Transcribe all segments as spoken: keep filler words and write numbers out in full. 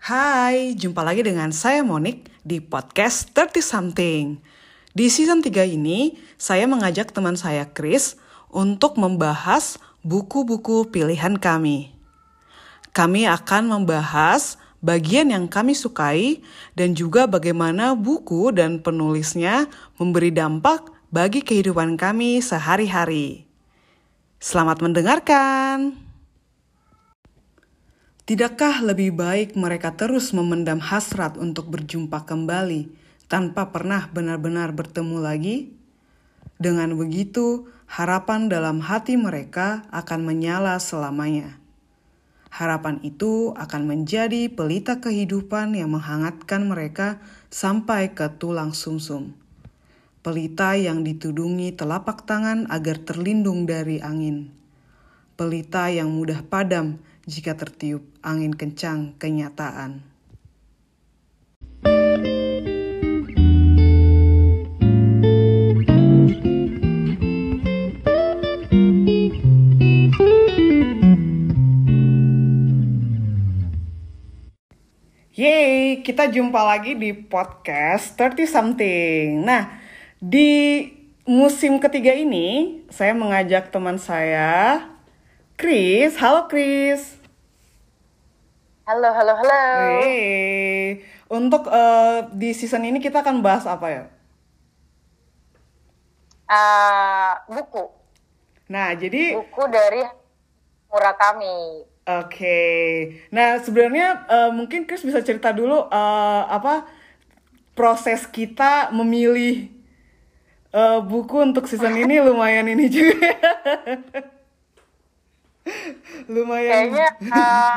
Hai, jumpa lagi dengan saya Monik di podcast thirty something. Di season tiga ini, saya mengajak teman saya Chris untuk membahas buku-buku pilihan kami. Kami akan membahas bagian yang kami sukai dan juga bagaimana buku dan penulisnya memberi dampak bagi kehidupan kami sehari-hari. Selamat mendengarkan! Tidakkah lebih baik mereka terus memendam hasrat untuk berjumpa kembali tanpa pernah benar-benar bertemu lagi? Dengan begitu, harapan dalam hati mereka akan menyala selamanya. Harapan itu akan menjadi pelita kehidupan yang menghangatkan mereka sampai ke tulang sumsum. Pelita yang ditudungi telapak tangan agar terlindung dari angin. Pelita yang mudah padam jika tertiup angin kencang kenyataan. Yeay, kita jumpa lagi di podcast thirty something. Nah, di musim ketiga ini, saya mengajak teman saya, Chris. Halo Chris. Halo, halo, halo. Yeay. Untuk uh, di season ini kita akan bahas apa ya? Uh, buku. Nah, jadi buku dari Murakami. Oke. Okay. Nah, sebenarnya uh, mungkin Chris bisa cerita dulu uh, apa proses kita memilih uh, buku untuk season ini lumayan ini juga. Lumayan. Kayaknya uh,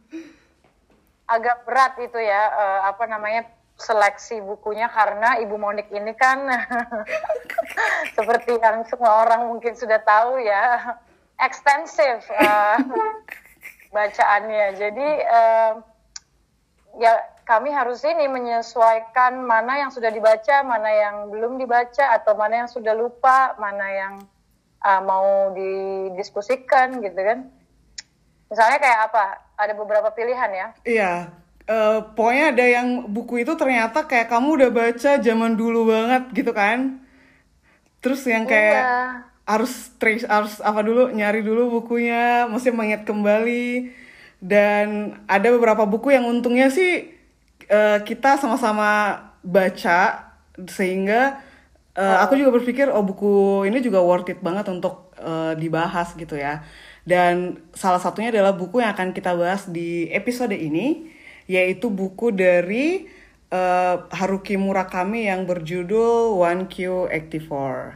agak berat itu ya, uh, apa namanya seleksi bukunya karena Ibu Monik ini kan seperti yang semua orang mungkin sudah tahu ya, ekstensif uh, bacaannya. Jadi uh, ya kami harus ini menyesuaikan mana yang sudah dibaca, mana yang belum dibaca, atau mana yang sudah lupa, mana yang uh, mau didiskusikan gitu kan. Misalnya kayak apa? Ada beberapa pilihan ya? Iya, uh, pokoknya ada yang buku itu ternyata kayak kamu udah baca zaman dulu banget gitu kan. Terus yang kayak iya. harus trace, harus apa dulu, nyari dulu bukunya, mesti mengingat kembali. Dan ada beberapa buku yang untungnya sih uh, kita sama-sama baca, sehingga uh, aku juga berpikir, oh buku ini juga worth it banget untuk uh, dibahas gitu ya. Dan salah satunya adalah buku yang akan kita bahas di episode ini, yaitu buku dari uh, Haruki Murakami yang berjudul one Q eighty-four.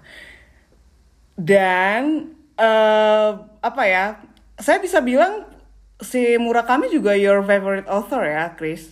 Dan uh, apa ya, saya bisa bilang si Murakami juga your favorite author ya, Chris?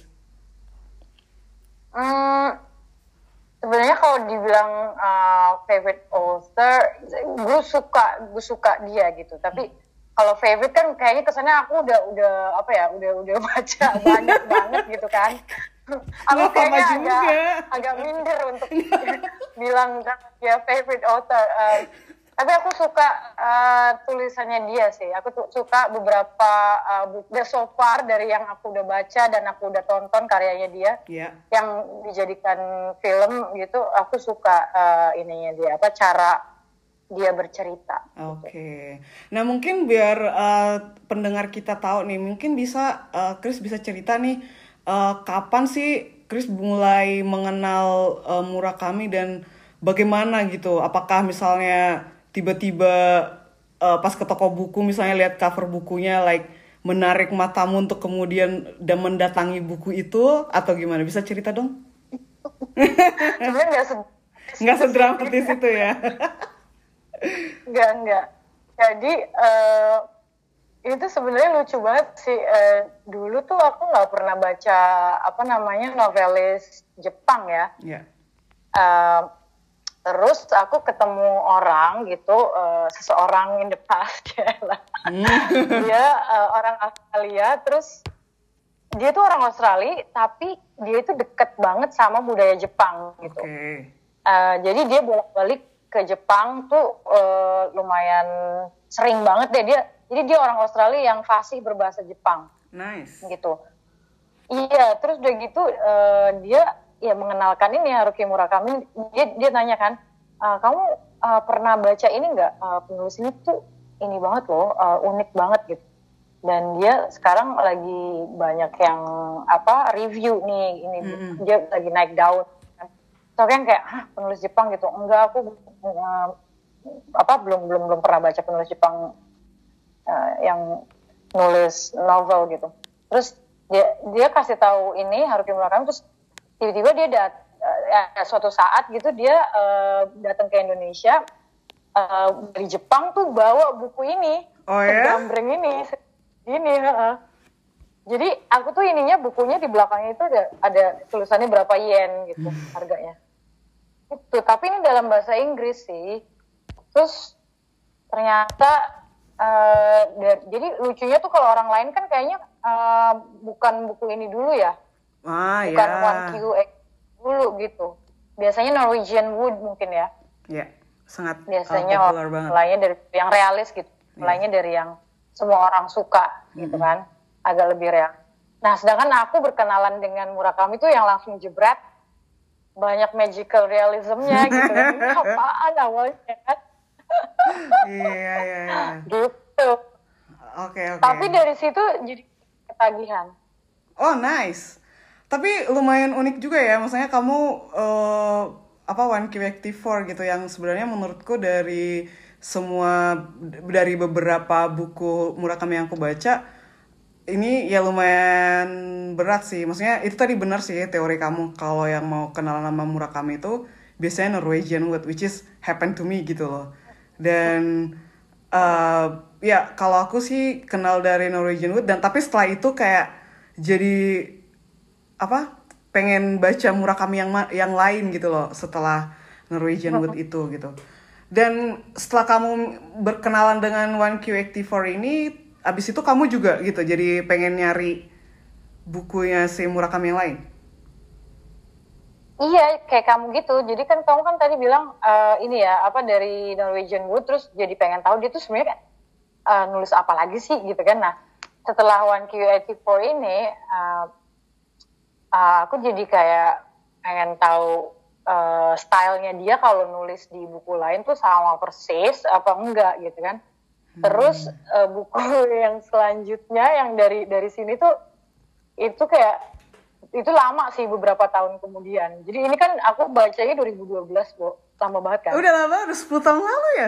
Hmm, sebenarnya kalau dibilang uh, favorite author, gue suka gue suka dia gitu. Tapi kalau favorite kan kayaknya kesannya aku udah udah apa ya udah udah baca banyak banget gitu kan. Aku Nggak kayaknya sama juga. agak agak minder untuk bilang ya favorite author. Uh, tapi aku suka uh, tulisannya dia sih. Aku tuh suka beberapa uh, buku so far dari yang aku udah baca dan aku udah tonton karyanya dia, yeah. yang dijadikan film gitu. Aku suka uh, ininya dia, apa cara dia bercerita. Oke. Okay. Nah mungkin biar uh, pendengar kita tahu nih, mungkin bisa uh, Chris bisa cerita nih uh, kapan sih Chris mulai mengenal uh, Murakami dan bagaimana gitu? Apakah misalnya tiba-tiba uh, pas ke toko buku misalnya lihat cover bukunya like menarik matamu untuk kemudian dan mendatangi buku itu atau gimana? Bisa cerita dong? Sebenarnya nggak se- nggak sedramatis itu ya. Enggak, enggak. Jadi uh, itu sebenarnya lucu banget sih. Uh, dulu tuh aku nggak pernah baca apa namanya novelis Jepang ya. Yeah. Uh, terus aku ketemu orang gitu, uh, seseorang in the past ya lah. Dia uh, orang Australia, terus dia tuh orang Australia, tapi dia itu deket banget sama budaya Jepang gitu. Okay. Uh, jadi dia bolak-balik ke Jepang tuh uh, lumayan sering banget deh dia. Jadi dia orang Australia yang fasih berbahasa Jepang. Nice. Gitu. Iya, terus udah gitu uh, dia ya mengenalkan ini Haruki Murakami. Dia dia nanya kan, uh, kamu uh, pernah baca ini nggak? Uh, penulis ini tuh ini banget loh, uh, unik banget gitu. Dan dia sekarang lagi banyak yang apa review nih, ini mm-hmm. dia lagi naik daun. So kan kayak, hah penulis Jepang gitu? Enggak, aku uh, apa belum belum belum pernah baca penulis Jepang uh, yang nulis novel gitu. Terus dia dia kasih tahu ini Haruki Murakami, terus tiba-tiba dia dat uh, suatu saat gitu dia uh, datang ke Indonesia uh, dari Jepang tuh bawa buku ini, oh, ya? gambreng ini, ini. Uh. Jadi aku tuh ininya bukunya di belakangnya itu ada ada tulisannya berapa yen gitu harganya. Itu tapi ini dalam bahasa Inggris sih. Terus ternyata uh, jadi lucunya tuh kalau orang lain kan kayaknya uh, bukan buku ini dulu ya, ah, bukan ya. One Q X dulu gitu. Biasanya Norwegian Wood mungkin ya. Ya, sangat biasanya uh, popular banget. Mulainya dari yang realis gitu, yeah. Mulainya dari yang semua orang suka mm-hmm. gitu kan, agak lebih real. Nah sedangkan aku berkenalan dengan Murakami tuh yang langsung jebret, banyak magical realismnya gitu kan. Apaan awalnya kan? Iya, iya, iya. Gitu. Oke, oke. Tapi dari situ jadi ketagihan. Oh, nice. Tapi lumayan unik juga ya, maksudnya kamu uh, apa one Q X T four gitu yang sebenarnya menurutku dari semua dari beberapa buku Murakami yang aku baca ini ya lumayan berat sih. Maksudnya itu tadi benar sih teori kamu kalau yang mau kenalan sama Murakami itu biasanya Norwegian Wood, which is happen to me gitu loh. Dan uh, ya kalau aku sih kenal dari Norwegian Wood, dan tapi setelah itu kayak jadi apa pengen baca Murakami yang yang lain gitu loh setelah Norwegian Wood itu gitu. Dan setelah kamu berkenalan dengan one Q X T four ini, abis itu kamu juga gitu jadi pengen nyari bukunya si Murakami yang lain. Iya, kayak kamu gitu. Jadi kan kamu kan tadi bilang uh, ini ya, apa dari Norwegian Wood, terus jadi pengen tahu dia tuh sebenarnya uh, nulis apa lagi sih gitu kan. Nah, setelah one Q X T four ini, uh, uh, aku jadi kayak pengen tahu uh, stylenya dia kalau nulis di buku lain tuh sama persis apa enggak gitu kan. Terus uh, buku yang selanjutnya yang dari dari sini tuh itu kayak itu lama sih beberapa tahun kemudian. Jadi ini kan aku bacanya dua ribu dua belas, Bo. Lama banget kan? Udah lama, udah sepuluh tahun lalu ya?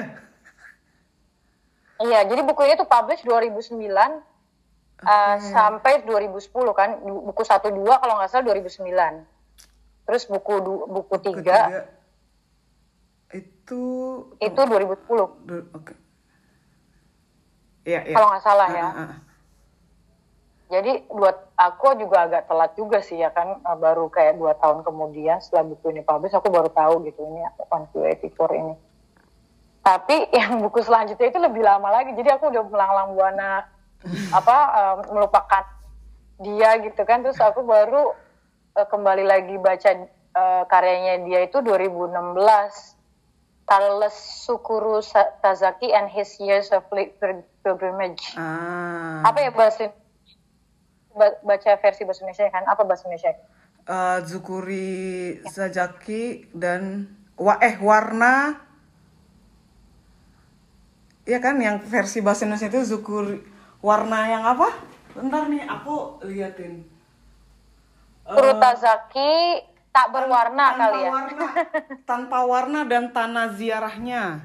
Iya, jadi bukunya tuh publish dua ribu sembilan okay. uh, sampai dua ribu sepuluh kan. Buku satu dua kalau nggak salah dua ribu sembilan. Terus buku du, buku tiga itu itu dua ribu sepuluh. Oke. Okay. Iya, iya. Kalau nggak salah ya. Uh, uh, uh. Jadi buat aku juga agak telat juga sih ya kan, baru kayak dua tahun kemudian setelah buku ini publish aku baru tahu gitu ini one Q X T four ini. Tapi yang buku selanjutnya itu lebih lama lagi, jadi aku udah melanglang buana apa um, melupakan dia gitu kan, terus aku baru uh, kembali lagi baca uh, karyanya dia itu dua ribu enam belas, Careless Sukuru Tazaki and His Years of Pilgrimage. Ah. Apa ya bahasa baca versi bahasa Indonesia kan? Apa bahasa Indonesia? Uh, Zukuri Sazaki dan wa eh warna ya kan yang versi bahasa Indonesia itu Zukuri warna yang apa? Bentar nih aku liatin. Kurutazaki uh, tak berwarna tanpa kali ya. Warna, tanpa warna dan tanah ziarahnya.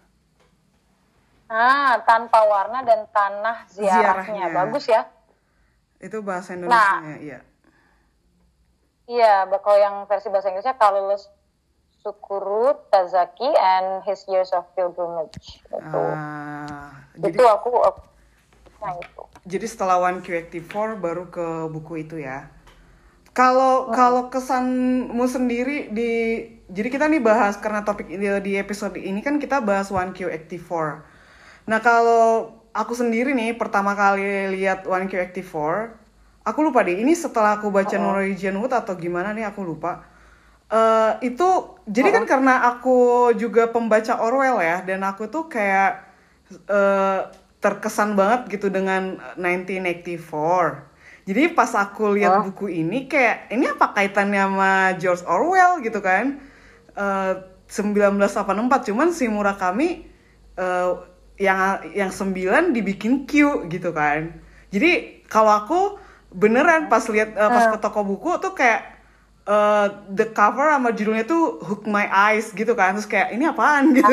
Ah, tanpa warna dan tanah ziarahnya. ziarahnya. Bagus ya. Itu bahasa Indonesia, nah, iya. Iya, kalau yang versi bahasa Inggrisnya Careless Sukuru Tazaki and His Years of Pilgrimage. Itu, ah, itu jadi, aku, aku, nah itu. Jadi setelah one Q X T four baru ke buku itu ya. Kalau hmm. kalau kesanmu sendiri di, jadi kita nih bahas karena topik di, di episode ini kan kita bahas one Q X T four. Nah kalau aku sendiri nih pertama kali lihat one Q X T four, aku lupa deh. Ini setelah aku baca oh. Norwegian Wood atau gimana nih aku lupa. Uh, itu jadi oh. kan karena aku juga pembaca Orwell ya, dan aku tuh kayak uh, terkesan banget gitu dengan nineteen eighty-four. Jadi pas aku lihat Oh. buku ini kayak ini apa kaitannya sama George Orwell gitu kan? Eh, seribu sembilan ratus delapan puluh empat cuman si Murakami eh, yang yang sembilan dibikin Q gitu kan. Jadi kalau aku beneran pas lihat eh, pas ke toko buku tuh kayak eh, the cover sama judulnya tuh Hook My Eyes gitu kan. Terus kayak ini apaan gitu.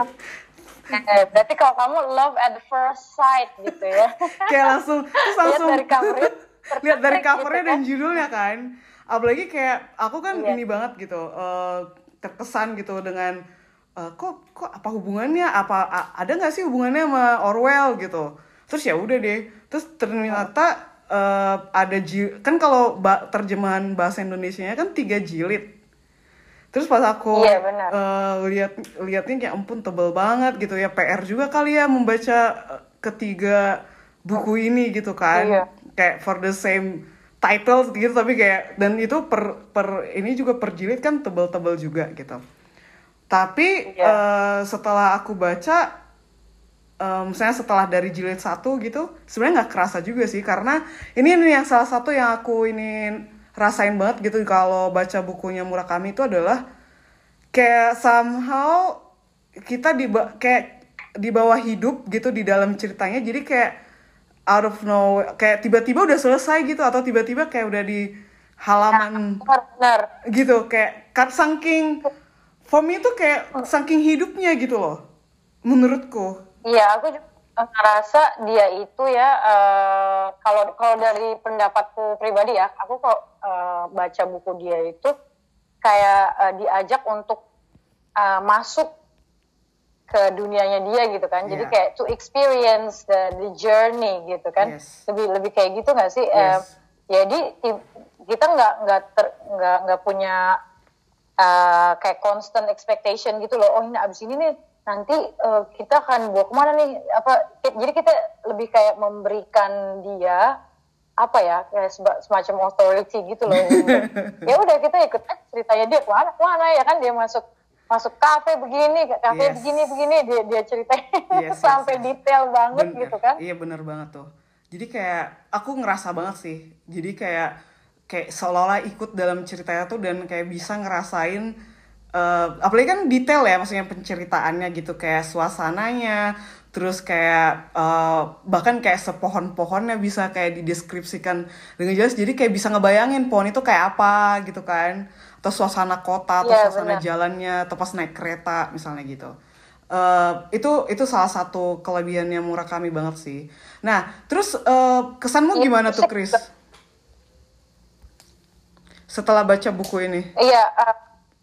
Eh, berarti kalau kamu love at the first sight gitu ya. Kayak langsung terus Lihat langsung dari covernya, lihat dari tertarik covernya gitu dan kan. judulnya kan. Apalagi kayak aku kan Iya. ini banget gitu eh, terkesan gitu dengan eh, kok kok apa hubungannya apa a- ada nggak sih hubungannya sama Orwell gitu. Terus ya udah deh. Terus ternyata eh, ada ji- kan kalau ba- terjemahan bahasa Indonesianya kan tiga jilid. Terus pas aku Iya, benar. eh, lihat lihatnya kayak ampun tebel banget gitu ya. P R juga kali ya membaca eh, ketiga buku ini gitu kan. Iya. Kayak for the same title gitu tapi kayak dan itu per per ini juga per jilid kan tebel-tebel juga gitu. Tapi Iya. eh, setelah aku baca eh, misalnya setelah dari jilid satu gitu sebenarnya nggak kerasa juga sih karena ini ini yang salah satu yang aku ini rasain banget gitu kalau baca bukunya Murakami itu adalah kayak somehow kita di kayak di bawah hidup gitu di dalam ceritanya jadi kayak out of nowhere kayak tiba-tiba udah selesai gitu atau tiba-tiba kayak udah di halaman Benar. gitu kayak kat saking for me itu kayak saking hidupnya gitu loh menurutku. Iya, aku juga ngerasa dia itu ya eh, kalau kalau dari pendapatku pribadi ya, aku kok eh, baca buku dia itu kayak eh, diajak untuk eh, masuk ke dunianya dia gitu kan. Jadi Iya. kayak to experience the the journey gitu kan. Yes. Lebih lebih kayak gitu nggak sih? Eh, Yes. jadi ti- kita nggak nggak ter- nggak nggak punya uh, kayak constant expectation gitu loh. Oh ini abis ini nih nanti uh, kita akan bawa kemana nih? Apa? Jadi kita lebih kayak memberikan dia apa ya kayak seba- semacam authority gitu loh. Ya udah kita ikut aja ceritanya dia kemana kemana ya kan dia masuk masuk kafe begini kafe Yes. begini begini dia dia ceritain Yes, yes, sampai yes. detail banget Bener. gitu kan. Iya bener banget tuh. Jadi kayak aku ngerasa banget sih. Jadi kayak kayak seolah-olah ikut dalam ceritanya tuh dan kayak bisa ngerasain eh, apalagi kan detail ya maksudnya penceritaannya gitu kayak suasananya terus kayak eh, bahkan kayak sepohon-pohonnya bisa kayak dideskripsikan dengan jelas jadi kayak bisa ngebayangin pohon itu kayak apa gitu kan atau suasana kota atau Iya, suasana benar. jalannya atau pas naik kereta misalnya gitu. Eh, itu itu salah satu kelebihannya Murakami banget sih. Nah, terus eh, kesanmu Iya, gimana tuh, musik Chris? juga. Setelah baca buku ini? Iya, uh,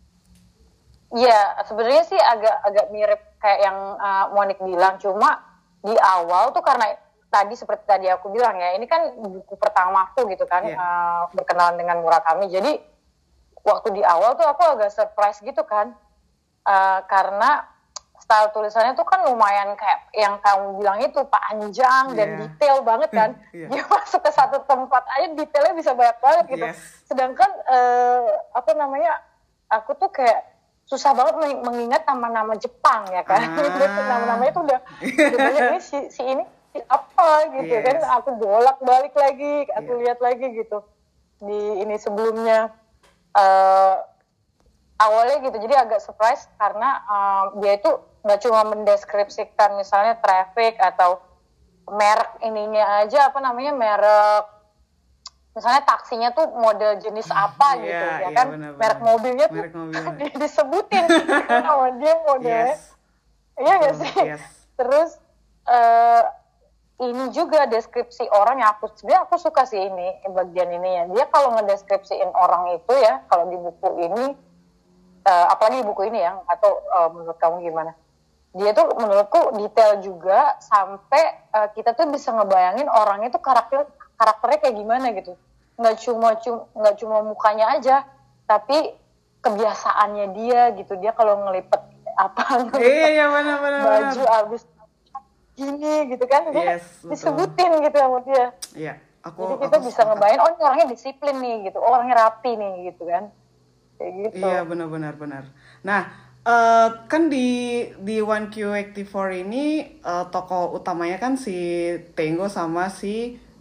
iya sebenarnya sih agak agak mirip kayak yang uh, Monik bilang, cuma di awal tuh karena tadi seperti tadi aku bilang ya, ini kan buku pertamaku gitu kan, Iya. uh, berkenalan dengan Murakami. Jadi waktu di awal tuh aku agak surprise gitu kan, uh, karena style tulisannya tuh kan lumayan kayak yang kamu bilang itu panjang dan Iya. detail banget kan. Iya. Dia masuk ke satu tempat aja detailnya bisa banyak banget gitu. Yes. Sedangkan eh, apa namanya? Aku tuh kayak susah banget meng- mengingat nama-nama Jepang ya kan. Ah. Nama-namanya tuh udah, udah banyak ini si, si ini si apa gitu Yes. kan. Aku bolak-balik lagi, aku Iya. lihat lagi gitu di ini sebelumnya. Eh, awalnya gitu jadi agak surprise karena um, dia itu nggak cuma mendeskripsikan misalnya traffic atau merek ininya aja apa namanya merek misalnya taksinya tuh model jenis apa Iya, gitu ya iya, kan benar-benar. merek mobilnya tuh Merek mobilnya. di- disebutin sama dia modelnya Yes. iya nggak Betul, sih yes. terus eh, ini juga deskripsi orang yang aku sebenarnya aku suka sih ini bagian ini ya dia kalau ngedeskripsiin orang itu ya kalau di buku ini Uh, apalagi buku ini ya, atau uh, menurut kamu gimana? Dia tuh menurutku detail juga sampai uh, kita tuh bisa ngebayangin orang itu karakter karakternya kayak gimana gitu. Nggak cuma cuma nggak cuma mukanya aja, tapi kebiasaannya dia gitu. Dia kalau ngelipet apa Iya, iya benar-benar. baju abis gini gitu kan dia Yes, betul. disebutin gitu sama dia. Iya, aku Jadi kita aku bisa sepakat. ngebayangin oh ini orangnya disiplin nih gitu, oh, orangnya rapi nih gitu kan. Kayak gitu. Iya benar-benar benar. Nah eh, kan di di one Q delapan puluh empat ini eh, tokoh utamanya kan si Tengo sama si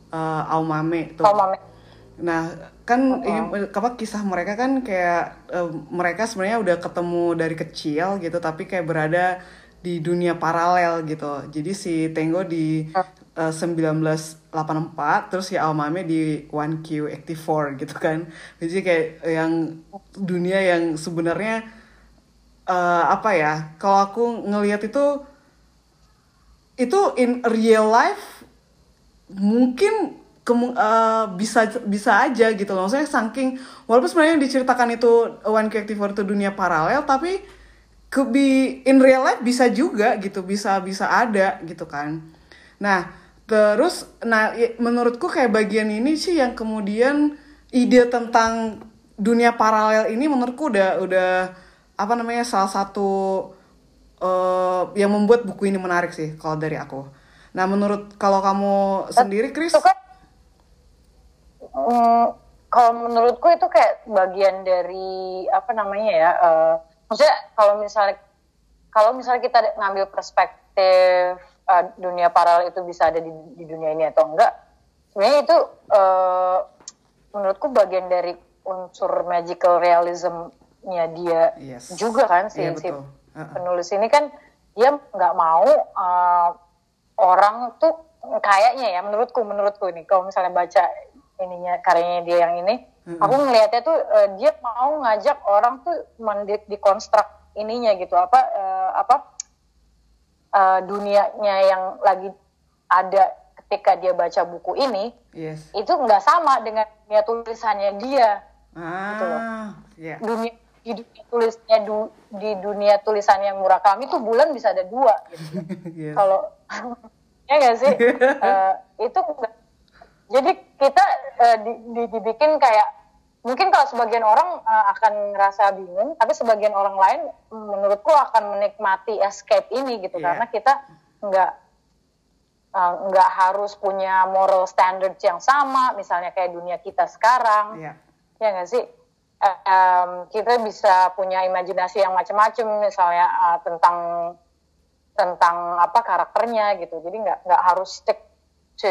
uh, Aomame tuh. Aomame. Nah, kan uh-huh. ini apa kisah mereka kan kayak uh, mereka sebenarnya udah ketemu dari kecil gitu, tapi kayak berada di dunia paralel gitu. Jadi si Tengo di uh, sembilan belas delapan puluh empat, terus si Aomame di one Q delapan puluh empat gitu kan. Jadi kayak yang dunia yang sebenarnya uh, apa ya? Kalau aku ngelihat itu itu in real life mungkin Kemu, uh, bisa bisa aja gitu loh. Maksudnya saking walaupun sebenarnya yang diceritakan itu one Q delapan puluh empat itu dunia paralel, tapi could be in real life bisa juga gitu, bisa bisa ada gitu kan. Nah terus nah menurutku kayak bagian ini sih yang kemudian ide tentang dunia paralel ini menurutku udah udah apa namanya salah satu uh, yang membuat buku ini menarik sih kalau dari aku. Nah menurut kalau kamu sendiri Chris? Hmm, kalau menurutku itu kayak bagian dari apa namanya ya, uh, maksudnya kalau misalnya kalau misalnya kita ngambil perspektif uh, dunia paralel itu bisa ada di, di dunia ini atau enggak, sebenarnya itu uh, menurutku bagian dari unsur magical realism-nya dia yes. juga kan si, yeah, si uh-uh. penulis ini kan dia nggak mau uh, orang tuh kayaknya ya menurutku menurutku nih kalau misalnya baca ininya karyanya dia yang ini, mm-hmm. aku ngelihatnya tuh uh, dia mau ngajak orang tuh mendekonstruk ininya gitu apa uh, apa uh, dunianya yang lagi ada ketika dia baca buku ini, yes. itu nggak sama dengan dunia tulisannya dia, ah, gitu loh. Yeah. Dunia di dunia tulisnya du, di dunia tulisannya Murakami tuh bulan bisa ada dua, gitu. yes. Kalau ya nggak sih, uh, itu jadi kita uh, di, di, dibikin kayak mungkin kalau sebagian orang uh, akan ngerasa bingung, tapi sebagian orang lain menurutku akan menikmati escape ini gitu yeah. karena kita nggak uh, nggak harus punya moral standards yang sama, misalnya kayak dunia kita sekarang, yeah. ya nggak sih? Uh, um, kita bisa punya imajinasi yang macam-macam, misalnya uh, tentang tentang apa karakternya gitu, jadi nggak nggak harus stick to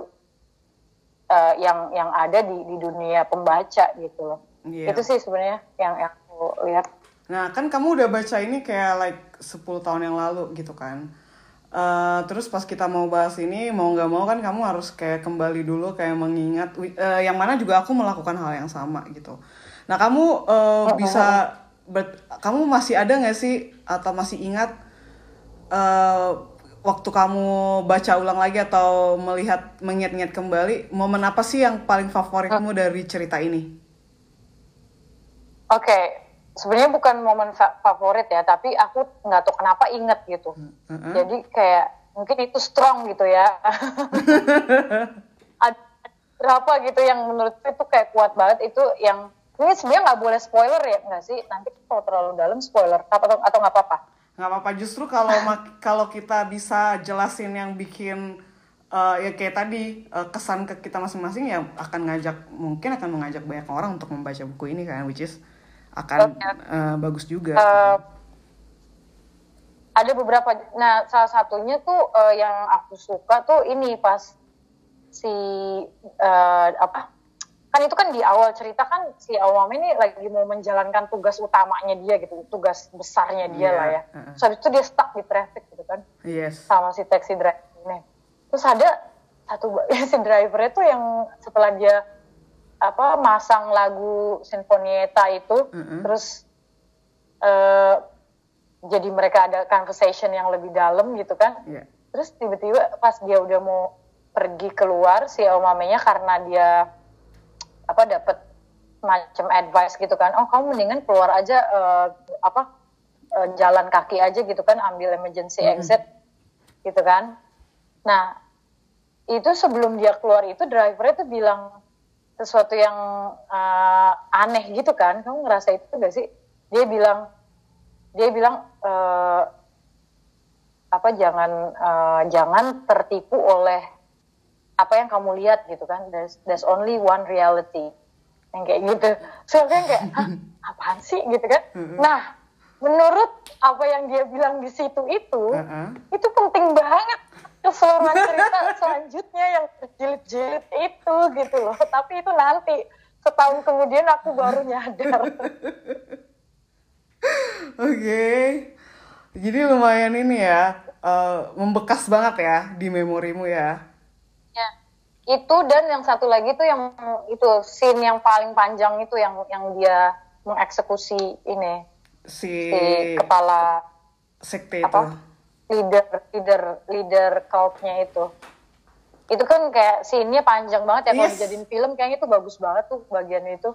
Uh, yang yang ada di di dunia pembaca gitu loh. Yeah. Itu sih sebenarnya yang, yang aku lihat. Nah, kan kamu udah baca ini kayak like sepuluh tahun yang lalu gitu kan. Uh, terus pas kita mau bahas ini mau nggak mau kan kamu harus kayak kembali dulu kayak mengingat uh, yang mana juga aku melakukan hal yang sama gitu. Nah, kamu uh, bisa ber- kamu masih ada nggak sih atau masih ingat uh, waktu kamu baca ulang lagi atau melihat mengingat-ingat kembali, momen apa sih yang paling favoritmu dari cerita ini? Oke, okay. Sebenarnya bukan momen fa- favorit ya, tapi aku nggak tahu kenapa inget gitu. Uh-huh. Jadi kayak mungkin itu strong gitu ya. Ada berapa gitu yang menurutku itu kayak kuat banget itu yang ini sebenarnya nggak boleh spoiler ya nggak sih? Nanti kalau terlalu dalam spoiler atau atau nggak apa-apa? Nggak apa-apa, justru kalau kalau kita bisa jelasin yang bikin uh, ya kayak tadi uh, kesan ke kita masing-masing ya akan ngajak mungkin akan mengajak banyak orang untuk membaca buku ini kan, which is akan uh, bagus juga. Uh, ada beberapa, nah salah satunya tuh uh, yang aku suka tuh ini pas si uh, apa kan itu kan di awal cerita kan si Aomame ini lagi mau menjalankan tugas utamanya dia gitu, tugas besarnya dia yeah. lah ya. Uh-uh. Terus habis itu dia stuck di traffic gitu kan, yes. sama si taxi driver ini. Terus ada satu si drivernya tuh yang setelah dia apa masang lagu Sinfonietta itu, uh-uh. terus uh, jadi mereka ada conversation yang lebih dalam gitu kan. Yeah. Terus tiba-tiba pas dia udah mau pergi keluar si Aomame-nya karena dia apa dapat macam advice gitu kan, oh kamu mendingan keluar aja uh, apa uh, jalan kaki aja gitu kan, ambil emergency exit mm-hmm. gitu kan. Nah itu sebelum dia keluar itu drivernya tuh bilang sesuatu yang uh, aneh gitu kan, kamu ngerasa itu gak sih? Dia bilang dia bilang uh, apa jangan uh, jangan tertipu oleh apa yang kamu lihat gitu kan, there's, there's only one reality yang kayak gitu. Soalnya kayak hah apaan sih gitu kan. Uh-uh. Nah menurut apa yang dia bilang di situ itu uh-uh. itu penting banget keseluruhan cerita selanjutnya yang berjilid-jilid itu gitu loh. Tapi itu nanti setahun kemudian aku baru nyadar. Oke, okay. Jadi lumayan ini ya, uh, membekas banget ya di memorimu ya. Ya, itu dan yang satu lagi tuh yang itu scene yang paling panjang itu yang yang dia mengeksekusi ini si, si kepala sekte apa? itu. leader leader leader cultnya itu. Itu kan kayak scene-nya panjang banget ya, kalau Yes. dijadiin film kayaknya itu bagus banget tuh bagian itu.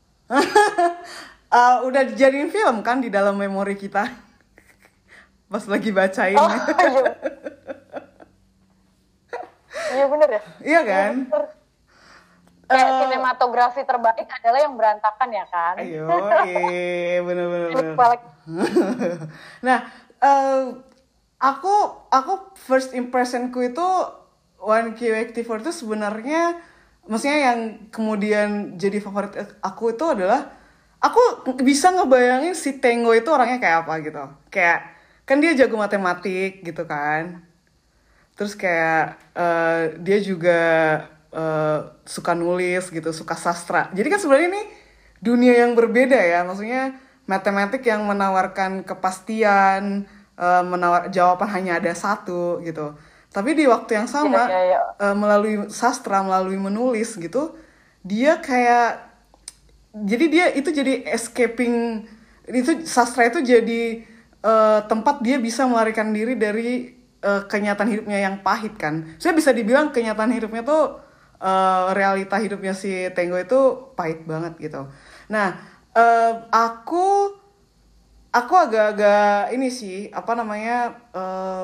uh, udah dijadiin film kan di dalam memori kita pas lagi bacain. Oh iya. Iya bener ya. Iya kan? Bener. Kayak Uh, sinematografi terbaik adalah yang berantakan ya kan. Ayo, iya bener-bener. Nah, uh, aku aku first impressionku itu one Q eighty four itu sebenarnya, maksudnya yang kemudian jadi favorit aku itu adalah aku bisa ngebayangin si Tengo itu orangnya kayak apa gitu. Kayak kan dia jago matematik gitu kan. Terus kayak uh, dia juga uh, suka nulis gitu, suka sastra. Jadi kan sebenarnya ini dunia yang berbeda ya. Maksudnya matematik yang menawarkan kepastian, uh, menawar jawaban hanya ada satu gitu. Tapi di waktu yang sama, ya, ya, ya. Uh, melalui sastra, melalui menulis gitu, dia kayak, jadi dia itu jadi escaping, itu sastra itu jadi uh, tempat dia bisa melarikan diri dari uh, kenyataan hidupnya yang pahit kan. Saya bisa dibilang kenyataan hidupnya tuh, uh, realita hidupnya si Tengo itu pahit banget gitu. Nah, uh, aku aku agak-agak ini sih, apa namanya, uh,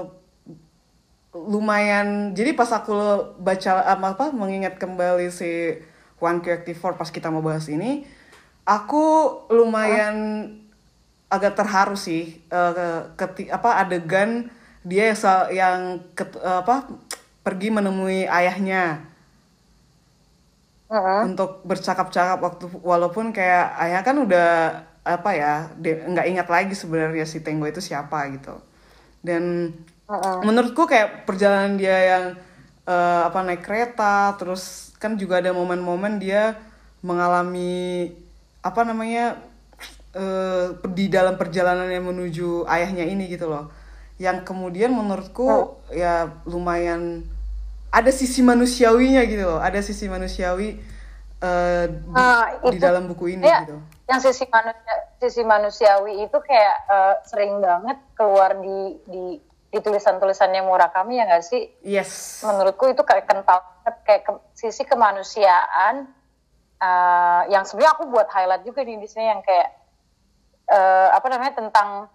lumayan, jadi pas aku baca apa, apa mengingat kembali si one Q eighty four pas kita mau bahas ini, aku lumayan huh? agak terharu sih, uh, keti, apa adegan dia yang ket, apa pergi menemui ayahnya uh-huh. untuk bercakap-cakap waktu, walaupun kayak ayah kan udah apa ya, nggak ingat lagi sebenarnya si Tengo itu siapa gitu. Dan uh-uh. menurutku kayak perjalanan dia yang uh, apa naik kereta, terus kan juga ada momen-momen dia mengalami apa namanya uh, di dalam perjalanannya menuju ayahnya ini gitu loh, yang kemudian menurutku uh. ya lumayan ada sisi manusiawinya gitu loh, ada sisi manusiawi uh, di, uh, itu, di dalam buku ini ya, gitu. Yang sisi manusia, sisi manusiawi itu kayak uh, sering banget keluar di di di tulisan-tulisannya Murakami ya nggak sih? Yes. Menurutku itu kayak kental banget, kayak ke, sisi kemanusiaan uh, yang sebenarnya aku buat highlight juga di sini, yang kayak uh, apa namanya, tentang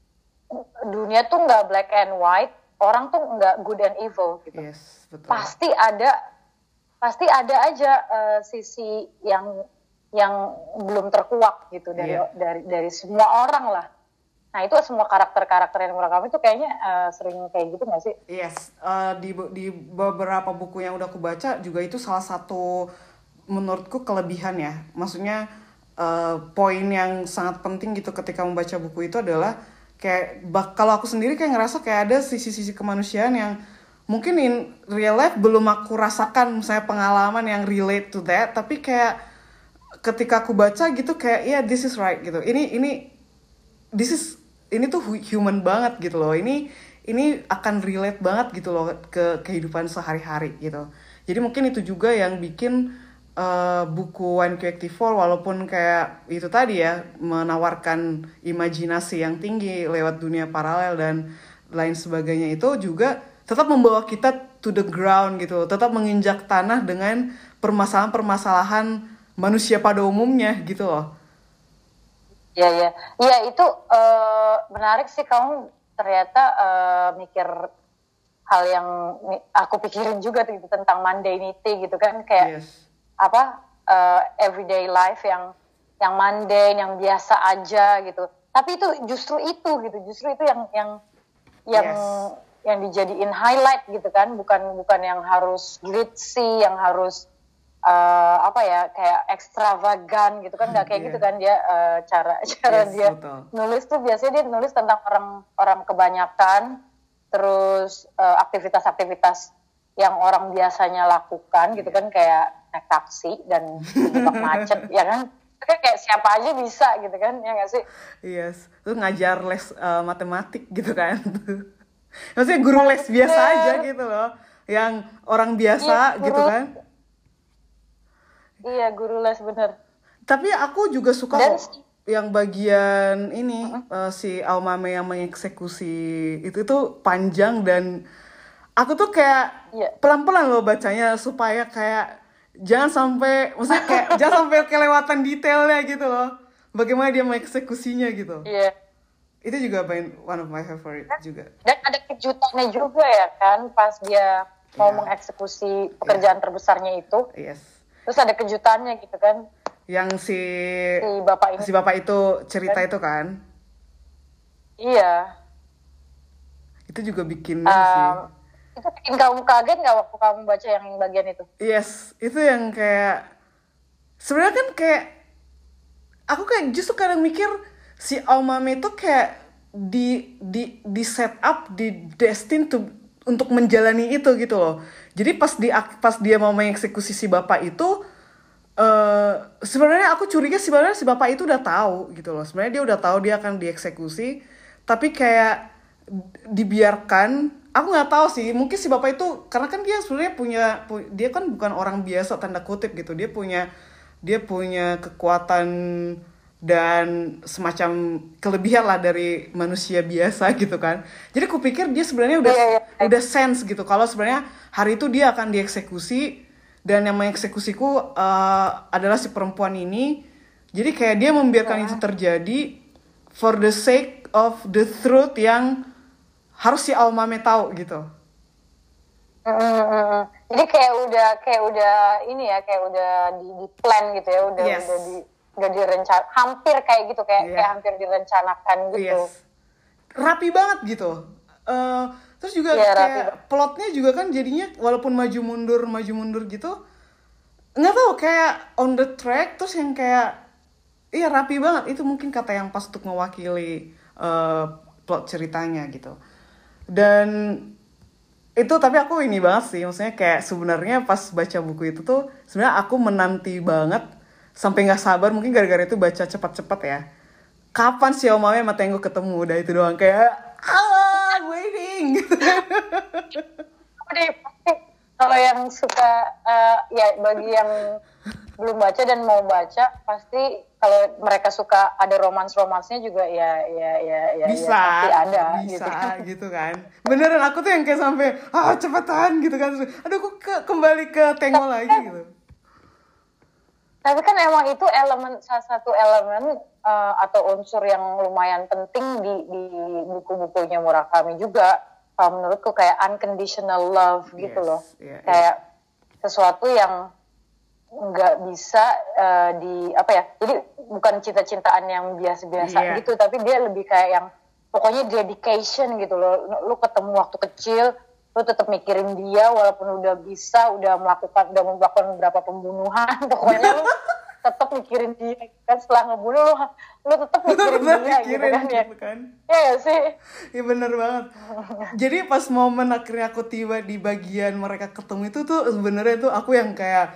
dunia tuh nggak black and white, orang tuh nggak good and evil gitu. Yes, betul. Pasti ada pasti ada aja uh, sisi yang yang belum terkuak gitu dari yeah. dari dari semua orang lah. Nah itu semua karakter-karakter yang Murakami itu kayaknya uh, sering kayak gitu nggak sih? Yes, uh, di di beberapa buku yang udah aku baca juga itu salah satu menurutku kelebihan ya. Maksudnya uh, poin yang sangat penting gitu ketika membaca buku itu adalah kayak bak- kalau aku sendiri kayak ngerasa kayak ada sisi-sisi kemanusiaan yang mungkin in real life belum aku rasakan, misalnya pengalaman yang relate to that, tapi kayak ketika aku baca gitu kayak ya yeah, this is right gitu. Ini ini this is ini tuh human banget gitu loh. Ini ini akan relate banget gitu loh ke kehidupan sehari-hari gitu. Jadi mungkin itu juga yang bikin uh, buku one Q eighty four walaupun kayak itu tadi ya menawarkan imajinasi yang tinggi lewat dunia paralel dan lain sebagainya, itu juga tetap membawa kita to the ground gitu. Tetap menginjak tanah dengan permasalahan-permasalahan manusia pada umumnya gitu loh. Iya, iya. Iya, itu uh, menarik sih kamu ternyata uh, mikir hal yang aku pikirin juga gitu, tentang mundanity gitu kan, kayak yes. apa uh, everyday life yang yang mundane, yang biasa aja gitu. Tapi itu justru itu gitu, justru itu yang yang yang yes. yang dijadiin highlight gitu kan, bukan bukan yang harus glitzy, yang harus Uh, apa ya kayak ekstravagan gitu kan, nggak kayak yeah. gitu kan dia uh, cara cara yes, dia betul. Nulis tuh biasanya dia nulis tentang orang orang kebanyakan, terus uh, aktivitas-aktivitas yang orang biasanya lakukan gitu kan, kayak naik taksi dan terjebak macet ya kan, kan kayak siapa aja bisa gitu kan, ya nggak sih? Yes, terus ngajar les uh, matematik gitu kan. Maksudnya guru les biasa aja gitu loh, yang orang biasa iya, gitu kan. Iya, guru les bener. Tapi aku juga suka Dan, kok yang bagian ini uh-huh. uh, si Aomame yang mengeksekusi itu tuh panjang, dan aku tuh kayak yeah. pelan-pelan loh bacanya supaya kayak jangan sampai, maksudnya kayak jangan sampai kelewatan detailnya gitu loh, bagaimana dia mengeksekusinya gitu. Iya. Yeah. Itu juga one of my favorite dan, juga. Dan ada kejutannya juga ya kan pas dia mau yeah. mengeksekusi pekerjaan yeah. terbesarnya itu. Yes. Terus ada kejutannya gitu kan. Yang si si bapak ini. Si bapak itu cerita kan? Itu kan. Iya. Itu juga bikin um, sih. Itu bikin kamu kaget nggak waktu kamu baca yang bagian itu? Yes, itu yang kayak sebenarnya kan kayak aku kayak justru kadang mikir si Aomame itu kayak di di di set up, di destined to untuk menjalani itu gitu loh. Jadi pas di pas dia mau mengeksekusi si bapak itu, Uh, sebenarnya aku curiga sebenarnya si bapak itu udah tahu gitu loh. Sebenarnya dia udah tahu dia akan dieksekusi, tapi kayak dibiarkan. Aku nggak tahu sih. Mungkin si bapak itu karena kan dia sebenarnya punya, pu- dia kan bukan orang biasa tanda kutip gitu. Dia punya dia punya kekuatan dan semacam kelebihan lah dari manusia biasa gitu kan. Jadi aku pikir dia sebenarnya udah yeah, yeah, yeah. udah sense gitu kalau sebenarnya hari itu dia akan dieksekusi. Dan yang mengeksekusiku uh, adalah si perempuan ini. Jadi kayak dia membiarkan uh. itu terjadi for the sake of the truth yang harus si Aomame tahu gitu. Mm, mm, mm. Jadi kayak udah kayak udah ini ya, kayak udah di, di plan gitu ya, udah yes. udah di udah direncana, hampir kayak gitu kayak yeah. kayak hampir direncanakan gitu. Yes. Rapi banget gitu. Uh, Terus juga yeah, kayak plotnya juga kan jadinya walaupun maju mundur maju mundur gitu, nggak tahu kayak on the track, terus yang kayak iya rapi banget. Itu mungkin kata yang pas untuk mewakili uh, plot ceritanya gitu. Dan itu tapi aku ini banget sih, maksudnya kayak sebenarnya pas baca buku itu tuh sebenarnya aku menanti banget sampai nggak sabar, mungkin gara-gara itu baca cepat-cepat ya. Kapan si Aomame sama Tengo ketemu, udah itu doang kayak ah waiting. Kalau yang suka uh, ya bagi yang belum baca dan mau baca pasti kalau mereka suka ada romans-romansnya juga ya ya ya ya bisa ya, pasti ada bisa gitu. gitu kan. Beneran aku tuh yang kayak sampai ah cepetan gitu kan. Aduh aku ke, kembali ke Tengo lagi gitu. Tapi kan emang itu elemen salah satu elemen uh, atau unsur yang lumayan penting di di buku-bukunya Murakami juga. Uh, menurutku kayak unconditional love gitu yes, loh. Yeah, kayak yeah. sesuatu yang nggak bisa uh, di apa ya? Jadi bukan cinta-cintaan yang biasa-biasa yeah. gitu, tapi dia lebih kayak yang pokoknya dedication gitu loh. Lu ketemu waktu kecil, lu tetap mikirin dia walaupun udah bisa, udah melakukan, udah melakukan beberapa pembunuhan, pokoknya lu tetap mikirin dia kan, setelah ngebunuh lu, lu tetap mikirin dia mikirin, gitu kan ya. Gitu kan. Ya gak sih? Iya bener banget. Jadi pas momen akhirnya aku tiba di bagian mereka ketemu itu tuh sebenarnya tuh aku yang kayak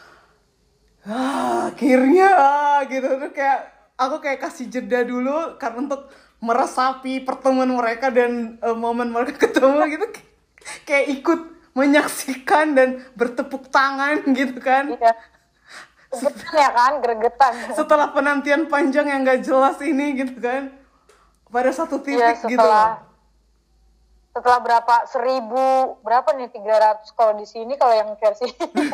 ah, akhirnya gitu tuh kayak aku kayak kasih jeda dulu karena untuk meresapi pertemuan mereka dan uh, momen mereka ketemu gitu. Kayak ikut menyaksikan dan bertepuk tangan gitu kan. Iya. Gregetan ya kan, gregetan. Setelah penantian panjang yang gak jelas ini gitu kan. Pada satu titik ya, setelah, gitu. Setelah berapa, seribu, berapa nih, tiga ratus kalau di sini, kalau yang versi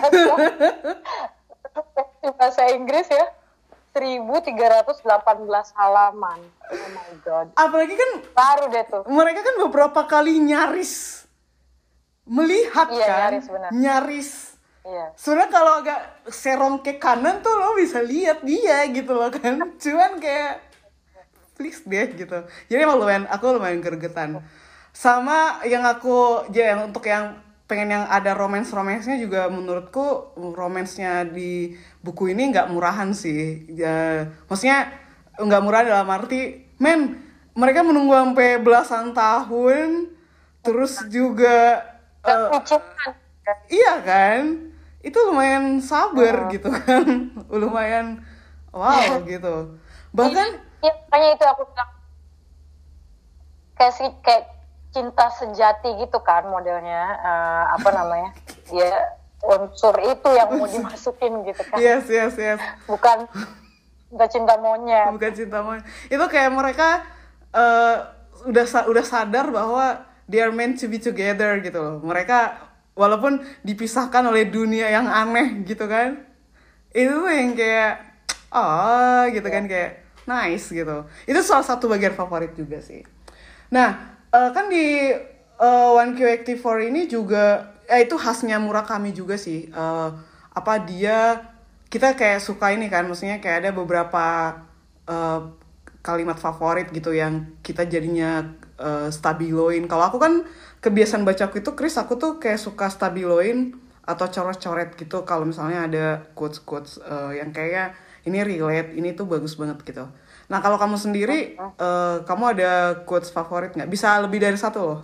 bahasa Inggris ya, seribu tiga ratus delapan belas halaman. Oh my god. Apalagi kan, baru deh tuh. Mereka kan beberapa kali nyaris melihat iya, kan, nyaris, benar. nyaris. Iya. Sebenarnya kalau agak serong ke kanan tuh lo bisa lihat dia gitu loh kan. Cuman kayak please deh gitu. Jadi emang lumayan, aku lumayan gregetan. Sama yang aku, ya yang untuk yang pengen yang ada romance-romansnya juga menurutku romansnya di buku ini nggak murahan sih. Ya, maksudnya nggak murah dalam arti, men mereka menunggu sampai belasan tahun terus juga uh, iya kan, itu lumayan sabar uh. gitu kan, lumayan wow gitu. Bahkan iya, makanya itu aku bilang kayak si kayak cinta sejati gitu kan modelnya, uh, apa namanya, dia unsur itu yang mau dimasukin gitu kan. Yes yes yes. Bukan cinta cinta monyet. Bukan cinta monyet. Itu kayak mereka uh, udah udah sadar bahwa they are meant to be together gitu loh. Mereka walaupun dipisahkan oleh dunia yang aneh gitu kan, itu tuh yang kayak oh gitu kan, kayak nice gitu. Itu salah satu bagian favorit juga sih. Nah uh, kan di uh, one Q eighty four ini juga eh, itu khasnya Murakami juga sih. Uh, apa dia kita kayak suka ini kan, maksudnya kayak ada beberapa uh, kalimat favorit gitu yang kita jadinya uh, stabiloin. Kalau aku kan kebiasaan bacaku itu, Chris, aku tuh kayak suka stabiloin atau coret-coret gitu kalau misalnya ada quotes-quotes uh, yang kayak ini relate, ini tuh bagus banget gitu. Nah kalau kamu sendiri, uh, kamu ada quotes favorit nggak? Bisa lebih dari satu loh.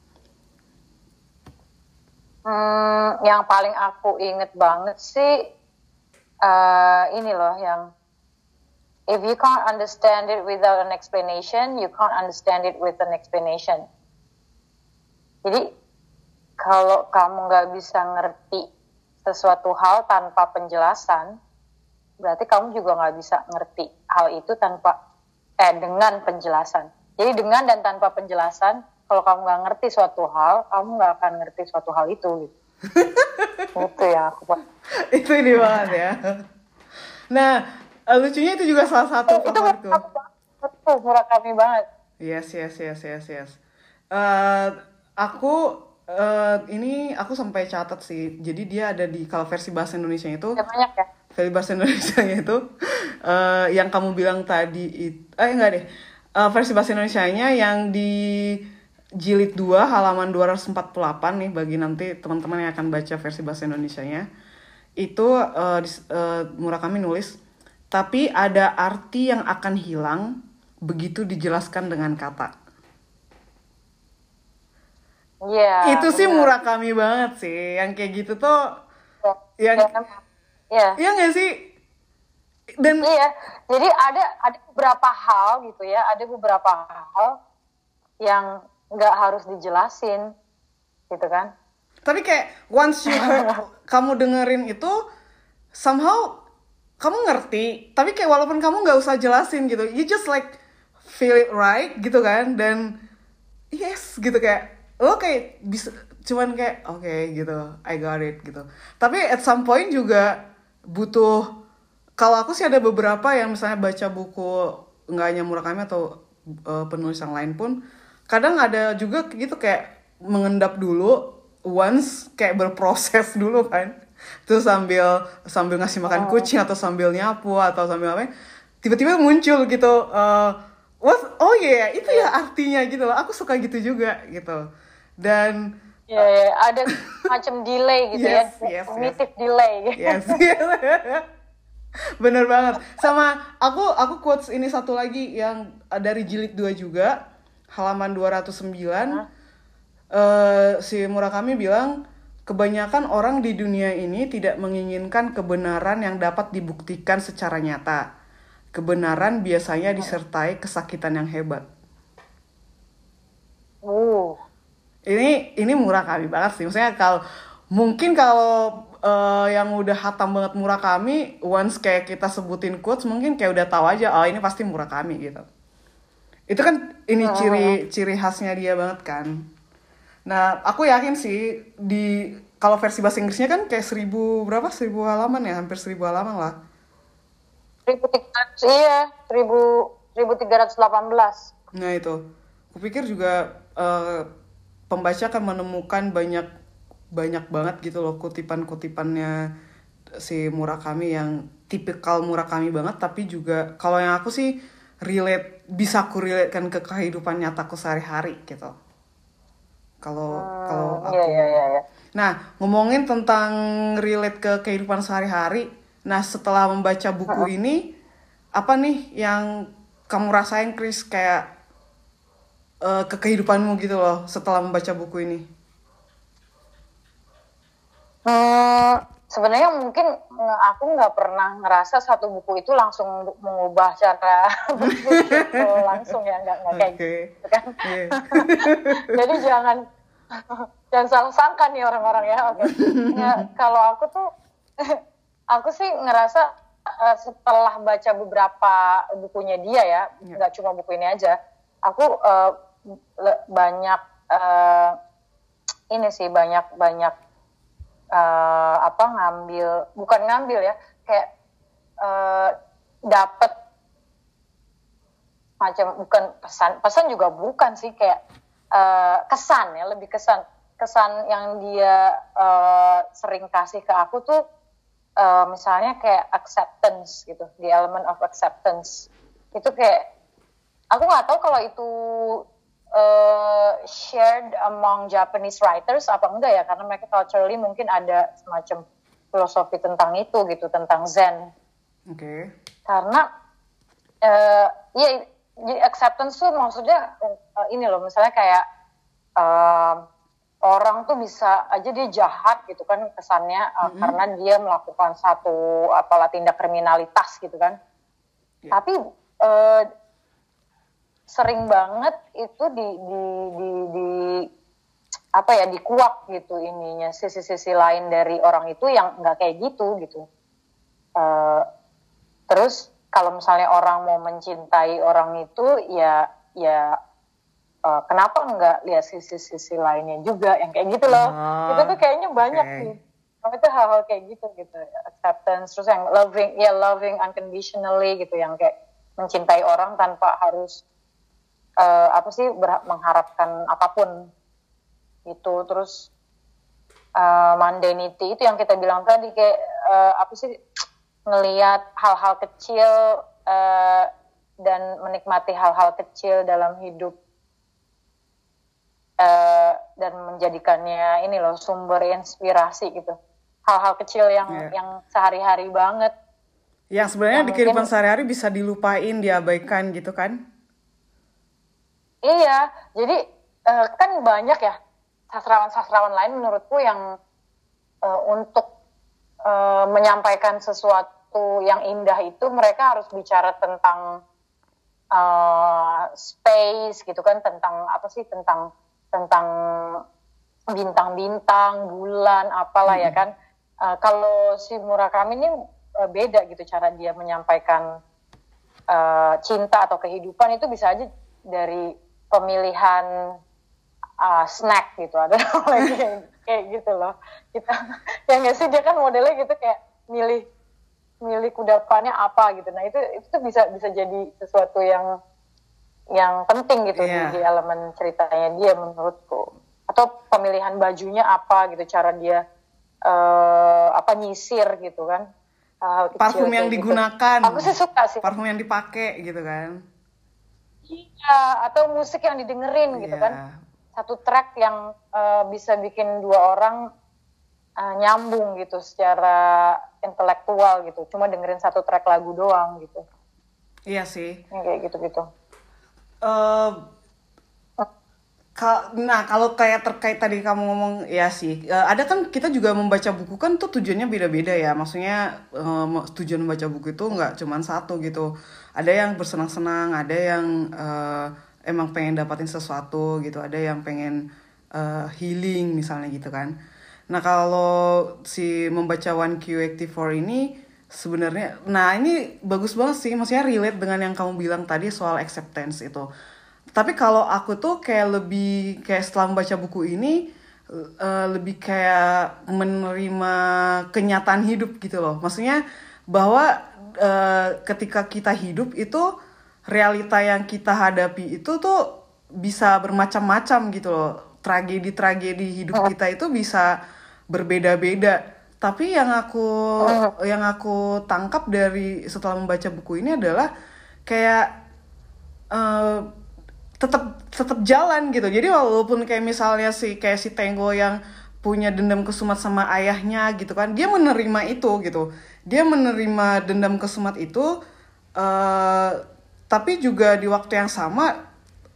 Hmm, yang paling aku inget banget sih uh, ini loh, yang if you can't understand it without an explanation, you can't understand it with an explanation. Jadi kalau kamu nggak bisa ngerti sesuatu hal tanpa penjelasan, berarti kamu juga nggak bisa ngerti hal itu tanpa eh dengan penjelasan. Jadi dengan dan tanpa penjelasan, kalau kamu nggak ngerti suatu hal, kamu nggak akan ngerti suatu hal itu. Gitu. Itu ya aku. Itu ini banget ya. Nah, lucunya itu juga salah satu itu favoritku. Itu Murakami banget. Yes, yes, yes, yes, yes. Uh, aku uh, ini aku sampai catat sih. Jadi dia ada di kalau versi bahasa Indonesia itu. Ya, banyak ya. Versi bahasa Indonesia itu uh, yang kamu bilang tadi itu, eh enggak deh. Uh, versi bahasa Indonesianya yang di jilid dua halaman dua ratus empat puluh delapan nih, bagi nanti teman-teman yang akan baca versi bahasa Indonesianya. Itu uh, uh, Murakami nulis, tapi ada arti yang akan hilang begitu dijelaskan dengan kata. Iya. Itu sih bener. Murakami banget sih, yang kayak gitu tuh, ya, yang, ya, ya nggak sih? Dan iya, jadi ada ada beberapa hal gitu ya, ada beberapa hal yang nggak harus dijelasin, gitu kan? Tapi kayak once you heard, kamu dengerin itu, somehow kamu ngerti, tapi kayak walaupun kamu nggak usah jelasin gitu, you just like feel it right gitu kan, dan yes gitu, kayak lo kayak bisa cuman kayak oke okay, gitu, I got it gitu. Tapi at some point juga butuh, kalau aku sih ada beberapa yang misalnya baca buku nggak hanya Murakami atau uh, penulis yang lain pun, kadang ada juga gitu kayak mengendap dulu, once kayak berproses dulu kan, terus sambil sambil ngasih makan kucing atau sambil nyapu atau sambil apa, tiba-tiba muncul gitu, uh, what, oh iya yeah, itu ya artinya gitu loh. Aku suka gitu juga gitu. Dan ya yeah, yeah, ada macam delay gitu yes, ya, yes, cognitive yes. delay. Yes. Bener banget. Sama aku aku quotes ini satu lagi yang dari jilid dua juga, halaman dua ratus sembilan. Huh? Uh, si Murakami bilang, kebanyakan orang di dunia ini tidak menginginkan kebenaran yang dapat dibuktikan secara nyata. Kebenaran biasanya disertai kesakitan yang hebat. Oh. Ini ini Murakami banget sih. Maksudnya kalau mungkin kalau uh, yang udah hatam banget Murakami, once kayak kita sebutin quotes, mungkin kayak udah tahu aja, oh ini pasti Murakami gitu. Itu kan ini ciri ciri khasnya dia banget kan. Nah, aku yakin sih di kalau versi bahasa Inggrisnya kan kayak seribu berapa? Seribu halaman ya, hampir seribu halaman lah. Seribu tiga ratus, iya, seribu seribu tiga ratus delapan belas. Nah itu, aku pikir juga uh, pembaca akan menemukan banyak banyak banget gitu loh kutipan-kutipannya si Murakami yang tipikal Murakami banget, tapi juga kalau yang aku sih relate, bisa aku relatekan ke kehidupan nyataku sehari-hari gitu. Kalau hmm, kalau aku. Iya, iya, iya. Nah, ngomongin tentang relate ke kehidupan sehari-hari, nah setelah membaca buku uh-uh. ini, apa nih yang kamu rasain, Chris, kayak uh, ke kehidupanmu gitu loh setelah membaca buku ini? Hmm, sebenarnya mungkin aku nggak pernah ngerasa satu buku itu langsung mengubah cara berpikirku langsung ya, nggak nggak kayak Okay. gitu kan. Yeah. Jadi jangan jangan salah sangka nih orang-orang ya. Oke. Ya, kalau aku tuh aku sih ngerasa uh, setelah baca beberapa bukunya dia ya, Yeah. nggak cuma buku ini aja, aku uh, le- banyak uh, ini sih banyak banyak uh, apa ngambil bukan ngambil ya kayak uh, dapet macam bukan pesan pesan juga bukan sih kayak uh, kesan ya lebih kesan kesan yang dia uh, sering kasih ke aku tuh uh, misalnya kayak acceptance gitu, the element of acceptance itu kayak aku nggak tahu kalau itu uh, shared among Japanese writers apa enggak ya, karena mereka culturally mungkin ada semacam filosofi tentang itu gitu, tentang Zen. Oke. Okay. Karena uh, ya jadi acceptance tuh maksudnya uh, ini loh, misalnya kayak uh, orang tuh bisa aja dia jahat gitu kan kesannya uh, mm-hmm. karena dia melakukan satu apalah tindak kriminalitas gitu kan. Yeah. Tapi uh, sering banget itu di di di, di apa ya dikuak gitu ininya sisi-sisi lain dari orang itu yang nggak kayak gitu gitu. Uh, terus kalau misalnya orang mau mencintai orang itu ya ya uh, kenapa nggak lihat sisi-sisi lainnya juga yang kayak gitu loh. Oh, itu tuh kayaknya banyak okay. sih. Itu hal-hal kayak gitu gitu, acceptance, terus yang loving ya loving unconditionally gitu, yang kayak mencintai orang tanpa harus Uh, apa sih ber- mengharapkan apapun itu. Terus uh, mundanity itu yang kita bilang tadi kayak uh, apa sih ngelihat hal-hal kecil uh, dan menikmati hal-hal kecil dalam hidup uh, dan menjadikannya ini loh sumber inspirasi gitu, hal-hal kecil yang yeah. yang sehari-hari banget yang sebenarnya yang di kehidupan mungkin, sehari-hari bisa dilupain, diabaikan gitu kan. Iya, jadi uh, kan banyak ya sastrawan-sastrawan lain menurutku yang uh, untuk uh, menyampaikan sesuatu yang indah itu mereka harus bicara tentang uh, space gitu kan, tentang apa sih, tentang tentang bintang-bintang, bulan, apalah hmm. ya kan. Uh, kalau si Murakami ini uh, beda gitu cara dia menyampaikan uh, cinta atau kehidupan, itu bisa aja dari pemilihan uh, snack gitu, ada lagi kayak, kayak gitu loh. Kita yang nggak sih, dia kan modelnya gitu kayak milih milih kudapannya apa gitu. Nah itu itu tuh bisa bisa jadi sesuatu yang yang penting gitu yeah. di, di elemen ceritanya dia menurutku. Atau pemilihan bajunya apa gitu, cara dia uh, apa nyisir gitu kan. Uh, parfum yang digunakan. Gitu. Aku sih suka sih. Parfum yang dipakai gitu kan. Iya, atau musik yang didengerin gitu yeah. kan. Satu track yang uh, bisa bikin dua orang uh, nyambung gitu secara intelektual gitu. Cuma dengerin satu track lagu doang gitu. Iya sih. Yang kayak gitu-gitu. Uh, ka- nah, kalau kayak terkait tadi kamu ngomong, ya sih. Uh, ada kan kita juga membaca buku kan tuh tujuannya beda-beda ya. Maksudnya uh, tujuan membaca buku itu nggak cuma satu gitu. Ada yang bersenang-senang, ada yang uh, emang pengen dapatin sesuatu gitu, ada yang pengen uh, healing misalnya gitu kan. Nah kalau si membaca one Q eighty-four ini sebenarnya, nah ini bagus banget sih, maksudnya relate dengan yang kamu bilang tadi soal acceptance itu. Tapi kalau aku tuh kayak lebih, kayak setelah membaca buku ini, uh, lebih kayak menerima kenyataan hidup gitu loh. Maksudnya bahwa Uh, ketika kita hidup itu realita yang kita hadapi itu tuh bisa bermacam-macam gitu loh. Tragedi-tragedi hidup kita itu bisa berbeda-beda. Tapi yang aku yang aku tangkap dari setelah membaca buku ini adalah kayak uh, tetap tetap jalan gitu. Jadi walaupun kayak misalnya si kayak si Tenggo yang punya dendam kesumat sama ayahnya gitu kan, dia menerima itu gitu. Dia menerima dendam kesumat itu, uh, tapi juga di waktu yang sama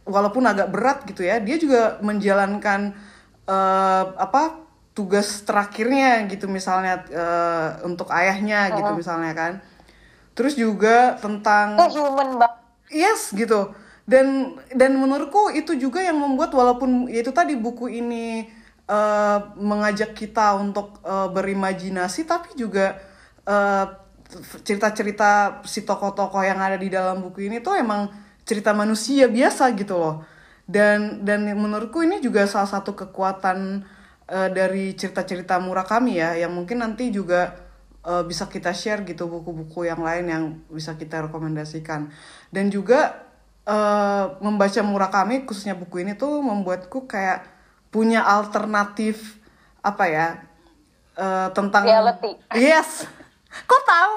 walaupun agak berat gitu ya, dia juga menjalankan uh, apa tugas terakhirnya gitu misalnya uh, untuk ayahnya gitu uh-huh. misalnya kan. Terus juga tentang itu human banget. Yes gitu. Dan dan menurutku itu juga yang membuat walaupun yaitu tadi buku ini uh, mengajak kita untuk uh, berimajinasi, tapi juga uh, cerita-cerita si tokoh-tokoh yang ada di dalam buku ini tuh emang cerita manusia biasa gitu loh. Dan dan menurutku ini juga salah satu kekuatan uh, dari cerita-cerita Murakami ya, yang mungkin nanti juga Uh, bisa kita share gitu buku-buku yang lain yang bisa kita rekomendasikan. Dan juga uh, membaca Murakami khususnya buku ini tuh membuatku kayak punya alternatif apa ya uh, tentang reality. Yes, kok tahu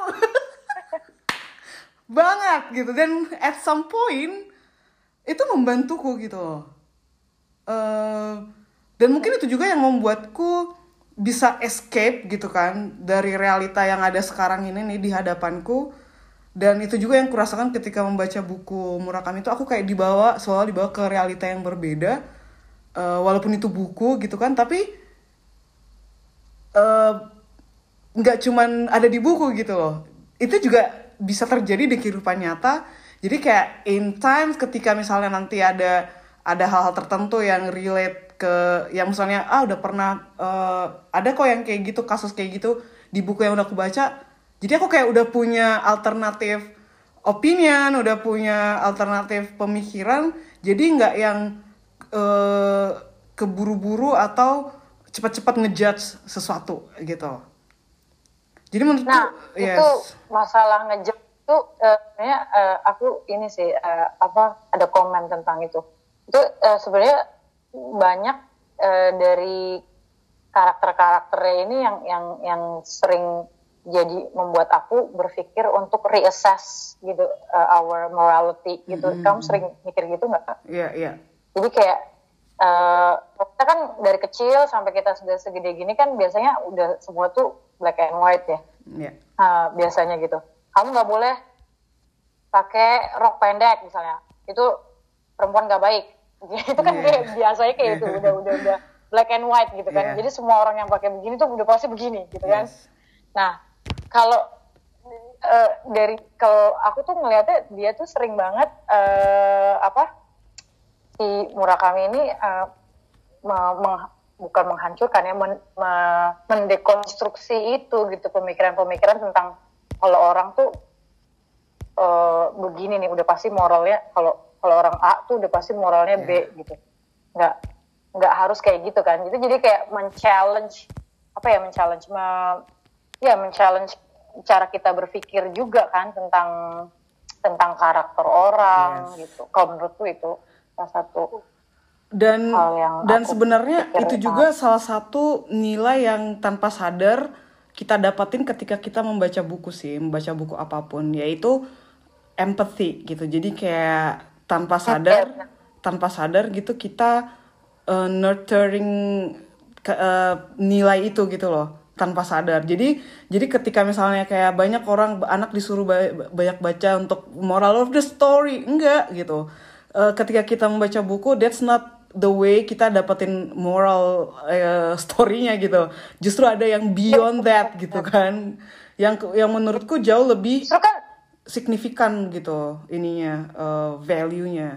banget gitu. Dan at some point itu membantuku gitu loh. Uh, dan mungkin itu juga yang membuatku bisa escape gitu kan dari realita yang ada sekarang ini nih di hadapanku. Dan itu juga yang kurasakan ketika membaca buku Murakami itu, aku kayak dibawa selalu dibawa ke realita yang berbeda, uh, walaupun itu buku gitu kan, tapi nggak uh, cuman ada di buku gitu loh, itu juga bisa terjadi di kehidupan nyata. Jadi kayak in times ketika misalnya nanti ada ada hal-hal tertentu yang relate ke yang misalnya ah udah pernah uh, ada kok yang kayak gitu, kasus kayak gitu di buku yang udah aku baca, jadi aku kayak udah punya alternatif opinion, udah punya alternatif pemikiran, jadi nggak yang uh, keburu-buru atau cepat-cepat ngejudge sesuatu gitu. Jadi menurutku nah yes. itu masalah ngejudge itu uh, sebenarnya uh, aku ini sih uh, apa ada komen tentang itu itu uh, sebenarnya banyak uh, dari karakter-karakternya ini yang yang yang sering jadi membuat aku berpikir untuk reassess gitu uh, our morality gitu. Mm-hmm. Kamu sering mikir gitu nggak? Iya yeah, iya. Yeah. Jadi kayak uh, kita kan dari kecil sampai kita sudah segede gini kan biasanya udah semua tuh black and white ya. Iya. Yeah. Uh, biasanya gitu. Kamu nggak boleh pakai rok pendek misalnya. Itu perempuan nggak baik. Itu kan yeah. kayak biasanya kayak itu udah udah udah black and white gitu kan. Yeah. Jadi semua orang yang pakai begini tuh udah pasti begini gitu kan. Yes. Nah, kalau uh, dari kalau aku tuh ngelihatnya dia tuh sering banget uh, apa si Murakami ini uh, me- meng- bukan menghancurkan ya men- me- mendekonstruksi itu gitu pemikiran-pemikiran tentang kalau orang tuh uh, begini nih udah pasti moralnya kalau kalau orang A tuh udah pasti moralnya yeah. B gitu. Nggak nggak harus kayak gitu kan. Itu jadi kayak men-challenge apa ya men-challenge me- ya men-challenge cara kita berpikir juga kan tentang tentang karakter orang yes. gitu. Kalau menurutku itu salah satu dan hal yang dan sebenarnya itu juga ah. salah satu nilai yang tanpa sadar kita dapatin ketika kita membaca buku sih, membaca buku apapun, yaitu empathy gitu. Jadi kayak tanpa sadar tanpa sadar gitu kita uh, nurturing ke, uh, nilai itu gitu loh tanpa sadar. Jadi jadi ketika misalnya kayak banyak orang anak disuruh ba- banyak baca untuk moral of the story, enggak gitu. Uh, ketika kita membaca buku, that's not the way kita dapetin moral uh, story-nya gitu. Justru ada yang beyond that gitu kan. Yang yang menurutku jauh lebih signifikan gitu ininya uh, value-nya.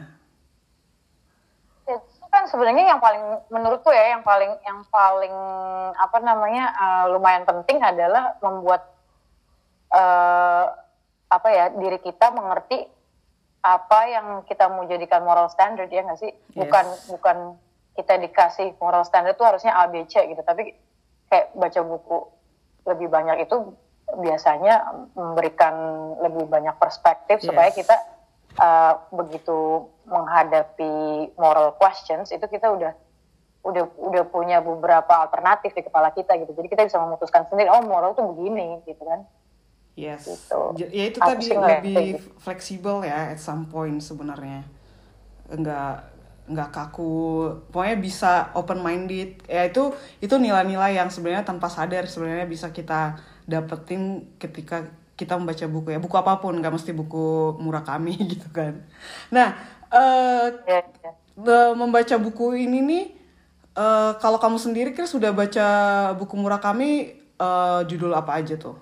Itu kan sebenarnya yang paling menurutku ya yang paling yang paling apa namanya uh, lumayan penting adalah membuat uh, apa ya diri kita mengerti apa yang kita mau jadikan moral standard ya nggak sih? Bukan yes. bukan kita dikasih moral standard tuh harusnya A B C gitu, tapi kayak baca buku lebih banyak itu biasanya memberikan lebih banyak perspektif yes. supaya kita uh, begitu menghadapi moral questions itu kita udah udah udah punya beberapa alternatif di kepala kita gitu. Jadi kita bisa memutuskan sendiri oh moral tuh begini gitu kan. Yes. Gitu. Ya itu Aku tadi lebih gitu. Fleksibel ya at some point sebenarnya. Enggak enggak kaku. Pokoknya bisa open minded. Ya itu itu nilai-nilai yang sebenarnya tanpa sadar sebenarnya bisa kita dapetin ketika kita membaca buku ya, buku apapun, nggak mesti buku Murakami gitu kan. Nah, uh, yeah, yeah. The, membaca buku ini nih, uh, kalau kamu sendiri Chris sudah baca buku Murakami, uh, judul apa aja tuh?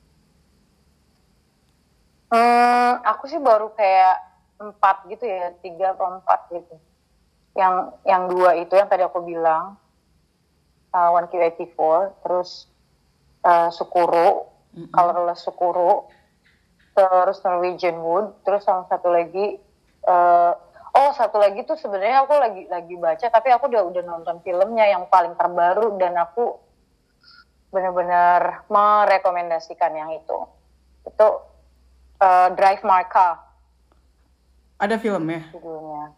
Hmm, aku sih baru kayak empat gitu ya, tiga atau empat gitu. Yang yang dua itu yang tadi aku bilang, uh, one Q eighty-four, terus uh, Sukuro, mm-hmm. Colorless Sukuro, terus Norwegian Wood, terus sama satu lagi, uh, oh satu lagi tuh sebenarnya aku lagi lagi baca, tapi aku udah udah nonton filmnya yang paling terbaru dan aku benar-benar merekomendasikan yang itu. Itu uh, Drive My Car. Ada filmnya? Judulnya.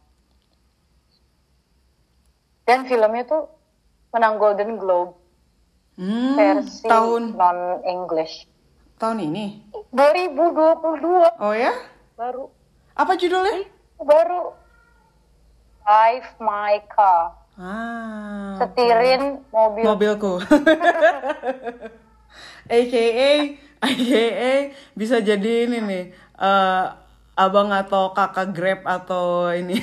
Dan filmnya tuh menang Golden Globe hmm, versi tahun non-English. Tahun ini? dua ribu dua puluh dua. Oh ya? Baru. Apa judulnya? Baru. Drive My Car. Ah, Setirin okay. mobil. Mobilku. A K A A K A bisa jadi ini nih. Uh, abang atau kakak Grab atau ini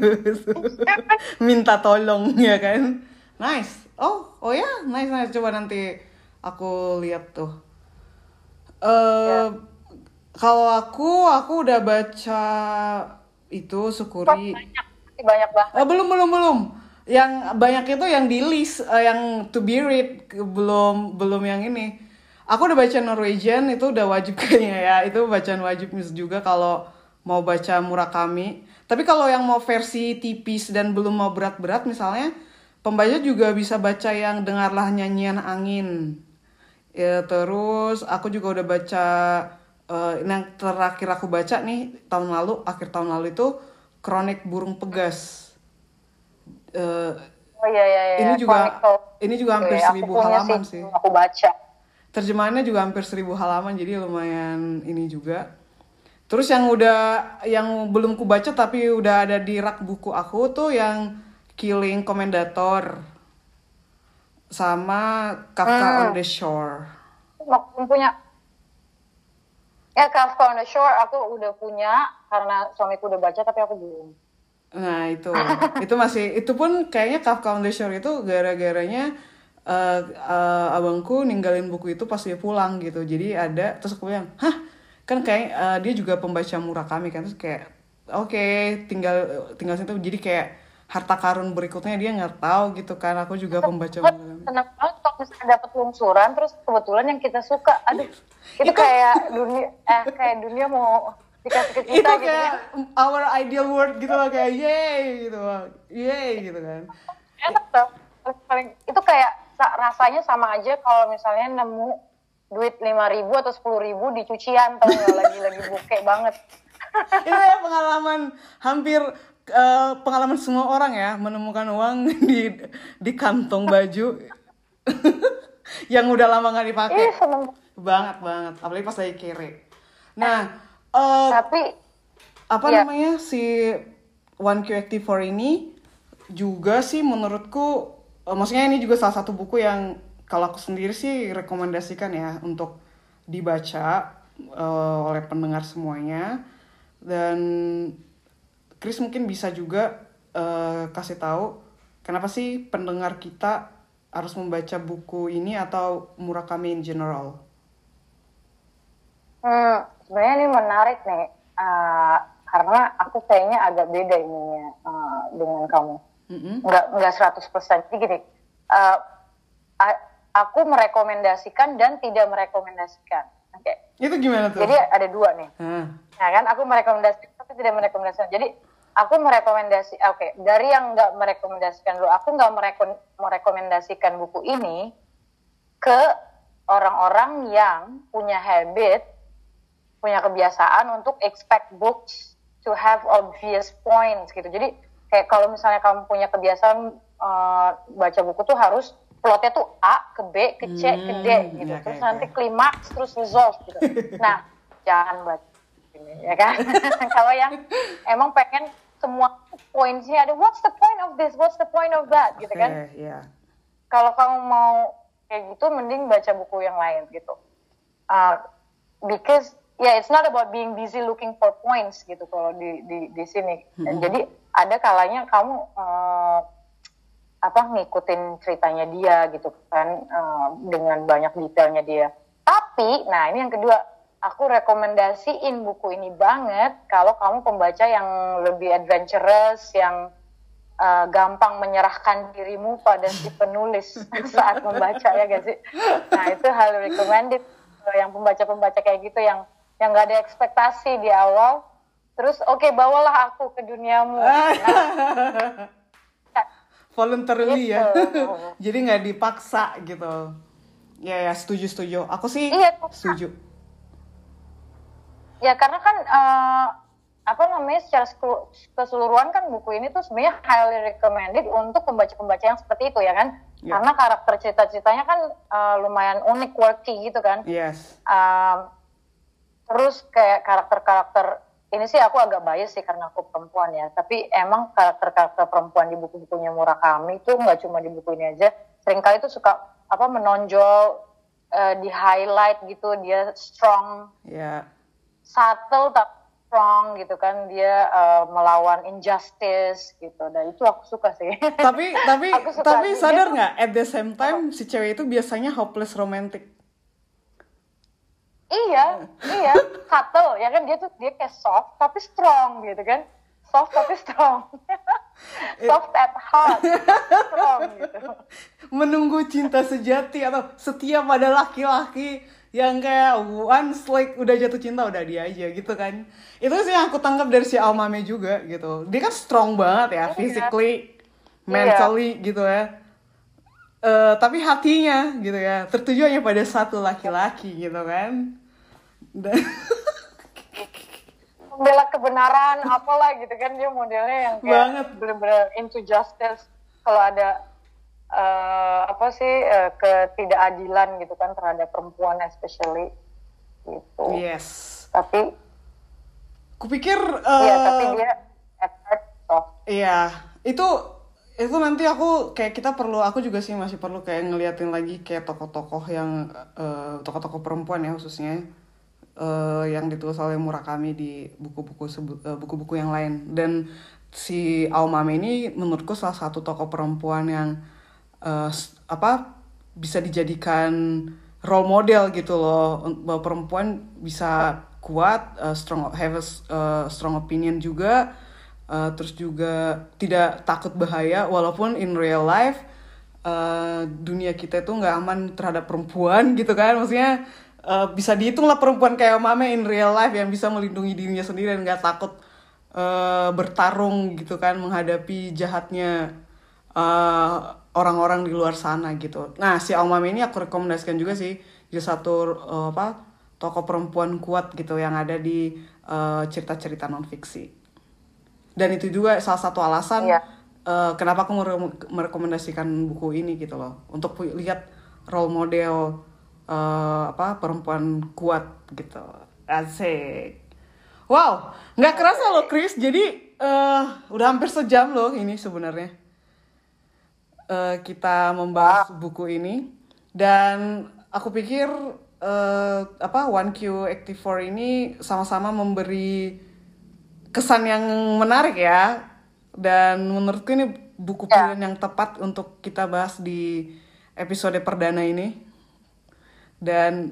minta tolong ya kan. Nice. Oh, oh ya, nice nice. Coba nanti aku lihat tuh. Uh, ya. Kalau aku, aku udah baca itu Sukuri. Banyak, banyak banget. Uh, belum belum belum. Yang banyak itu yang di list, uh, yang to be read, belum belum yang ini. Aku udah baca Norwegian, itu udah wajib kayaknya ya. Itu bacaan wajib juga kalau mau baca Murakami. Tapi kalau yang mau versi tipis dan belum mau berat-berat misalnya, pembaca juga bisa baca yang Dengarlah Nyanyian Angin. Ya, terus aku juga udah baca uh, yang terakhir aku baca nih tahun lalu, akhir tahun lalu itu Kronik Burung Pegas. Uh, oh iya iya iya. Ini juga Chronicle. ini juga hampir Oke, seribu halaman sih, sih. Aku baca. Terjemahannya juga hampir seribu halaman, jadi lumayan ini juga. Terus yang udah, yang belum ku baca tapi udah ada di rak buku aku tuh yang Killing Commendator sama Kafka hmm. on the Shore. Aku punya. Ya Kafka on the Shore aku udah punya karena suamiku udah baca tapi aku belum. Nah itu, itu masih, itu pun kayaknya Kafka on the Shore itu gara-garanya uh, uh, abangku ninggalin buku itu pas dia pulang gitu. Jadi ada, terus aku bilang, hah? Kan kayak uh, dia juga pembaca Murakami kan, terus kayak oke okay, tinggal tinggal situ, jadi kayak harta karun berikutnya dia nggak tahu gitu kan. Aku juga pembaca Murakami. Senang banget kalau misalnya dapat lungsuran terus kebetulan yang kita suka, aduh itu, itu kayak dunia eh kayak dunia mau dikasih ke kita itu gitu kayak kan. Our ideal world gitu loh, kayak yay gitu loh, yay gitu kan. Enak tuh, paling itu kayak rasanya sama aja kalau misalnya nemu duit lima ribu atau sepuluh ribu di cucian, tau gak, lagi-lagi bokeh banget. Itu ya pengalaman hampir uh, pengalaman semua orang ya, menemukan uang di di kantong baju yang udah lama gak dipakai. Iya, seneng banget banget, apalagi pas lagi kere. Nah, uh, tapi apa iya. namanya si one Q eighty-four ini juga sih menurutku, uh, maksudnya ini juga salah satu buku yang kalau aku sendiri sih rekomendasikan ya untuk dibaca uh, oleh pendengar semuanya. Dan Chris mungkin bisa juga uh, kasih tahu kenapa sih pendengar kita harus membaca buku ini atau Murakami in general. Hmm, sebenarnya ini menarik nih, uh, karena aku kayaknya agak beda ininya uh, dengan kamu. Mm-hmm. Nggak, nggak seratus persen. Jadi gini, uh, uh, aku merekomendasikan dan tidak merekomendasikan. Oke. Okay. Itu gimana tuh? Jadi ada dua nih. Hmm. Nah kan, aku merekomendasikan tapi tidak merekomendasikan. Jadi aku merekomendasi, oke, okay, dari yang nggak merekomendasikan dulu, aku nggak mereko- merekomendasikan buku ini ke orang-orang yang punya habit, punya kebiasaan untuk expect books to have obvious points gitu. Jadi kayak kalau misalnya kamu punya kebiasaan uh, baca buku tuh harus plotnya tuh A ke B ke C hmm, ke D gitu, ya, terus nanti klimaks terus resolve gitu. Nah, jangan baca ini ya kan. Kalau yang emang pengen semua poinnya ada, what's the point of this, what's the point of that gitu kan. Okay, yeah. Kalau kamu mau kayak gitu, mending baca buku yang lain gitu. Uh, because ya yeah, it's not about being busy looking for points gitu kalau di di di sini. Mm-hmm. Jadi ada kalanya kamu uh, apa ngikutin ceritanya dia gitu kan uh, dengan banyak detailnya dia. Tapi, nah ini yang kedua, aku rekomendasiin buku ini banget kalau kamu pembaca yang lebih adventurous, yang uh, gampang menyerahkan dirimu pada si penulis saat membaca, ya gak sih? Nah itu hal recommended, yang pembaca-pembaca kayak gitu, yang yang gak ada ekspektasi di awal, terus oke okay, bawalah aku ke duniamu. Nah, voluntarily gitu. Ya, jadi nggak dipaksa gitu. Ya ya setuju setuju. Aku sih iya, setuju. Ya karena kan uh, apa namanya secara keseluruhan kan buku ini tuh sebenarnya highly recommended untuk pembaca-pembaca yang seperti itu ya kan. Yeah. Karena karakter cerita-ceritanya kan uh, lumayan unik, quirky gitu kan. Yes. Um, terus kayak karakter-karakter ini sih aku agak bias sih karena aku perempuan ya. Tapi emang karakter-karakter perempuan di buku-bukunya Murakami itu nggak cuma di buku ini aja. Seringkali tuh suka apa menonjol, uh, di highlight gitu, dia strong, yeah. subtle tapi strong gitu kan, dia uh, melawan injustice gitu, dan itu aku suka sih. Tapi tapi suka. tapi sadar nggak at the same time si cewek itu biasanya hopeless romantic. Iya, iya, subtle ya kan, dia tuh dia kayak soft tapi strong gitu kan. Soft tapi strong. Soft at heart, strong gitu. Menunggu cinta sejati atau setia pada laki-laki yang kayak once like udah jatuh cinta udah dia aja gitu kan. Itu sih yang aku tangkap dari si Aomame juga gitu. Dia kan strong banget ya, physically, mentally iya. gitu ya. Uh, tapi hatinya gitu ya tertuju hanya pada satu laki-laki gitu kan. Dan membela kebenaran apalah gitu kan, dia modelnya yang kayak bener-bener into justice. Kalau ada uh, apa sih uh, ketidakadilan gitu kan terhadap perempuan especially gitu. Yes. Tapi kupikir uh, iya tapi dia at heart soft. Iya, itu itu nanti aku kayak kita perlu, aku juga sih masih perlu kayak ngeliatin lagi kayak tokoh-tokoh yang uh, tokoh-tokoh perempuan ya khususnya uh, yang ditulis oleh Murakami di buku-buku uh, buku-buku yang lain. Dan si Aomame ini menurutku salah satu tokoh perempuan yang uh, apa bisa dijadikan role model gitu loh, bahwa perempuan bisa kuat, uh, strong have a uh, strong opinion juga. Uh, terus juga tidak takut bahaya, walaupun in real life uh, dunia kita itu nggak aman terhadap perempuan gitu kan. Maksudnya uh, bisa dihitung lah perempuan kayak Mame in real life yang bisa melindungi dirinya sendiri dan nggak takut uh, bertarung gitu kan menghadapi jahatnya uh, orang-orang di luar sana gitu. Nah si Aomame ini aku rekomendasikan juga sih, dia satu uh, apa tokoh perempuan kuat gitu yang ada di uh, cerita-cerita non fiksi. Dan itu juga salah satu alasan yeah. uh, kenapa aku mere- merekomendasikan buku ini gitu loh, untuk lihat role model uh, apa perempuan kuat gitu. Asik. Wow, nggak kerasa loh Chris. Jadi uh, udah hampir sejam loh ini sebenarnya uh, kita membahas wow. buku ini. Dan aku pikir uh, apa one Q delapan ini sama-sama memberi kesan yang menarik ya, dan menurutku ini buku pilihan yang tepat untuk kita bahas di episode perdana ini, dan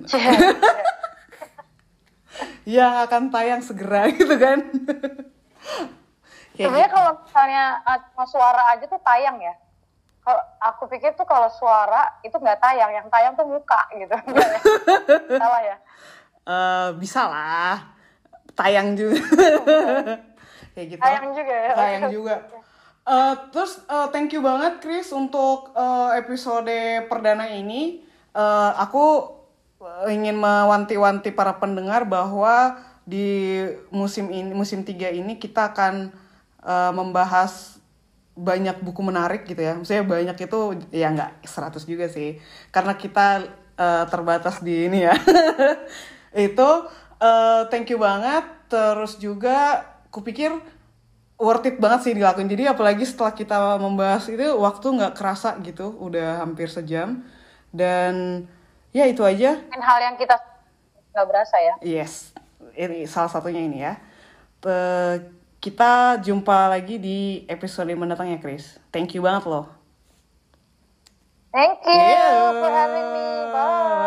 yang akan tayang segera gitu kan. Sebenarnya kalau misalnya uh, suara aja tuh tayang ya. Kalau aku pikir tuh kalau suara itu nggak tayang, yang tayang tuh muka gitu. Salah ya? Uh, bisa lah. Tayang juga. Kayak gitu. Tayang juga ya. Tayang juga. Uh, terus uh, thank you banget Chris untuk uh, episode perdana ini. Uh, aku ingin mewanti-wanti para pendengar bahwa di musim ini, musim tiga ini kita akan uh, membahas banyak buku menarik gitu ya. Maksudnya banyak itu ya nggak seratus juga sih. Karena kita uh, terbatas di ini ya. Itu Uh, thank you banget. Terus juga kupikir worth it banget sih dilakuin. Jadi apalagi setelah kita membahas itu waktu gak kerasa gitu, udah hampir sejam. Dan ya itu aja. Dan hal yang kita gak berasa ya. Yes. Ini salah satunya ini ya. Te- kita jumpa lagi di episode mendatang ya, Chris. Thank you banget loh. Thank you Yeah. for having me. Bye.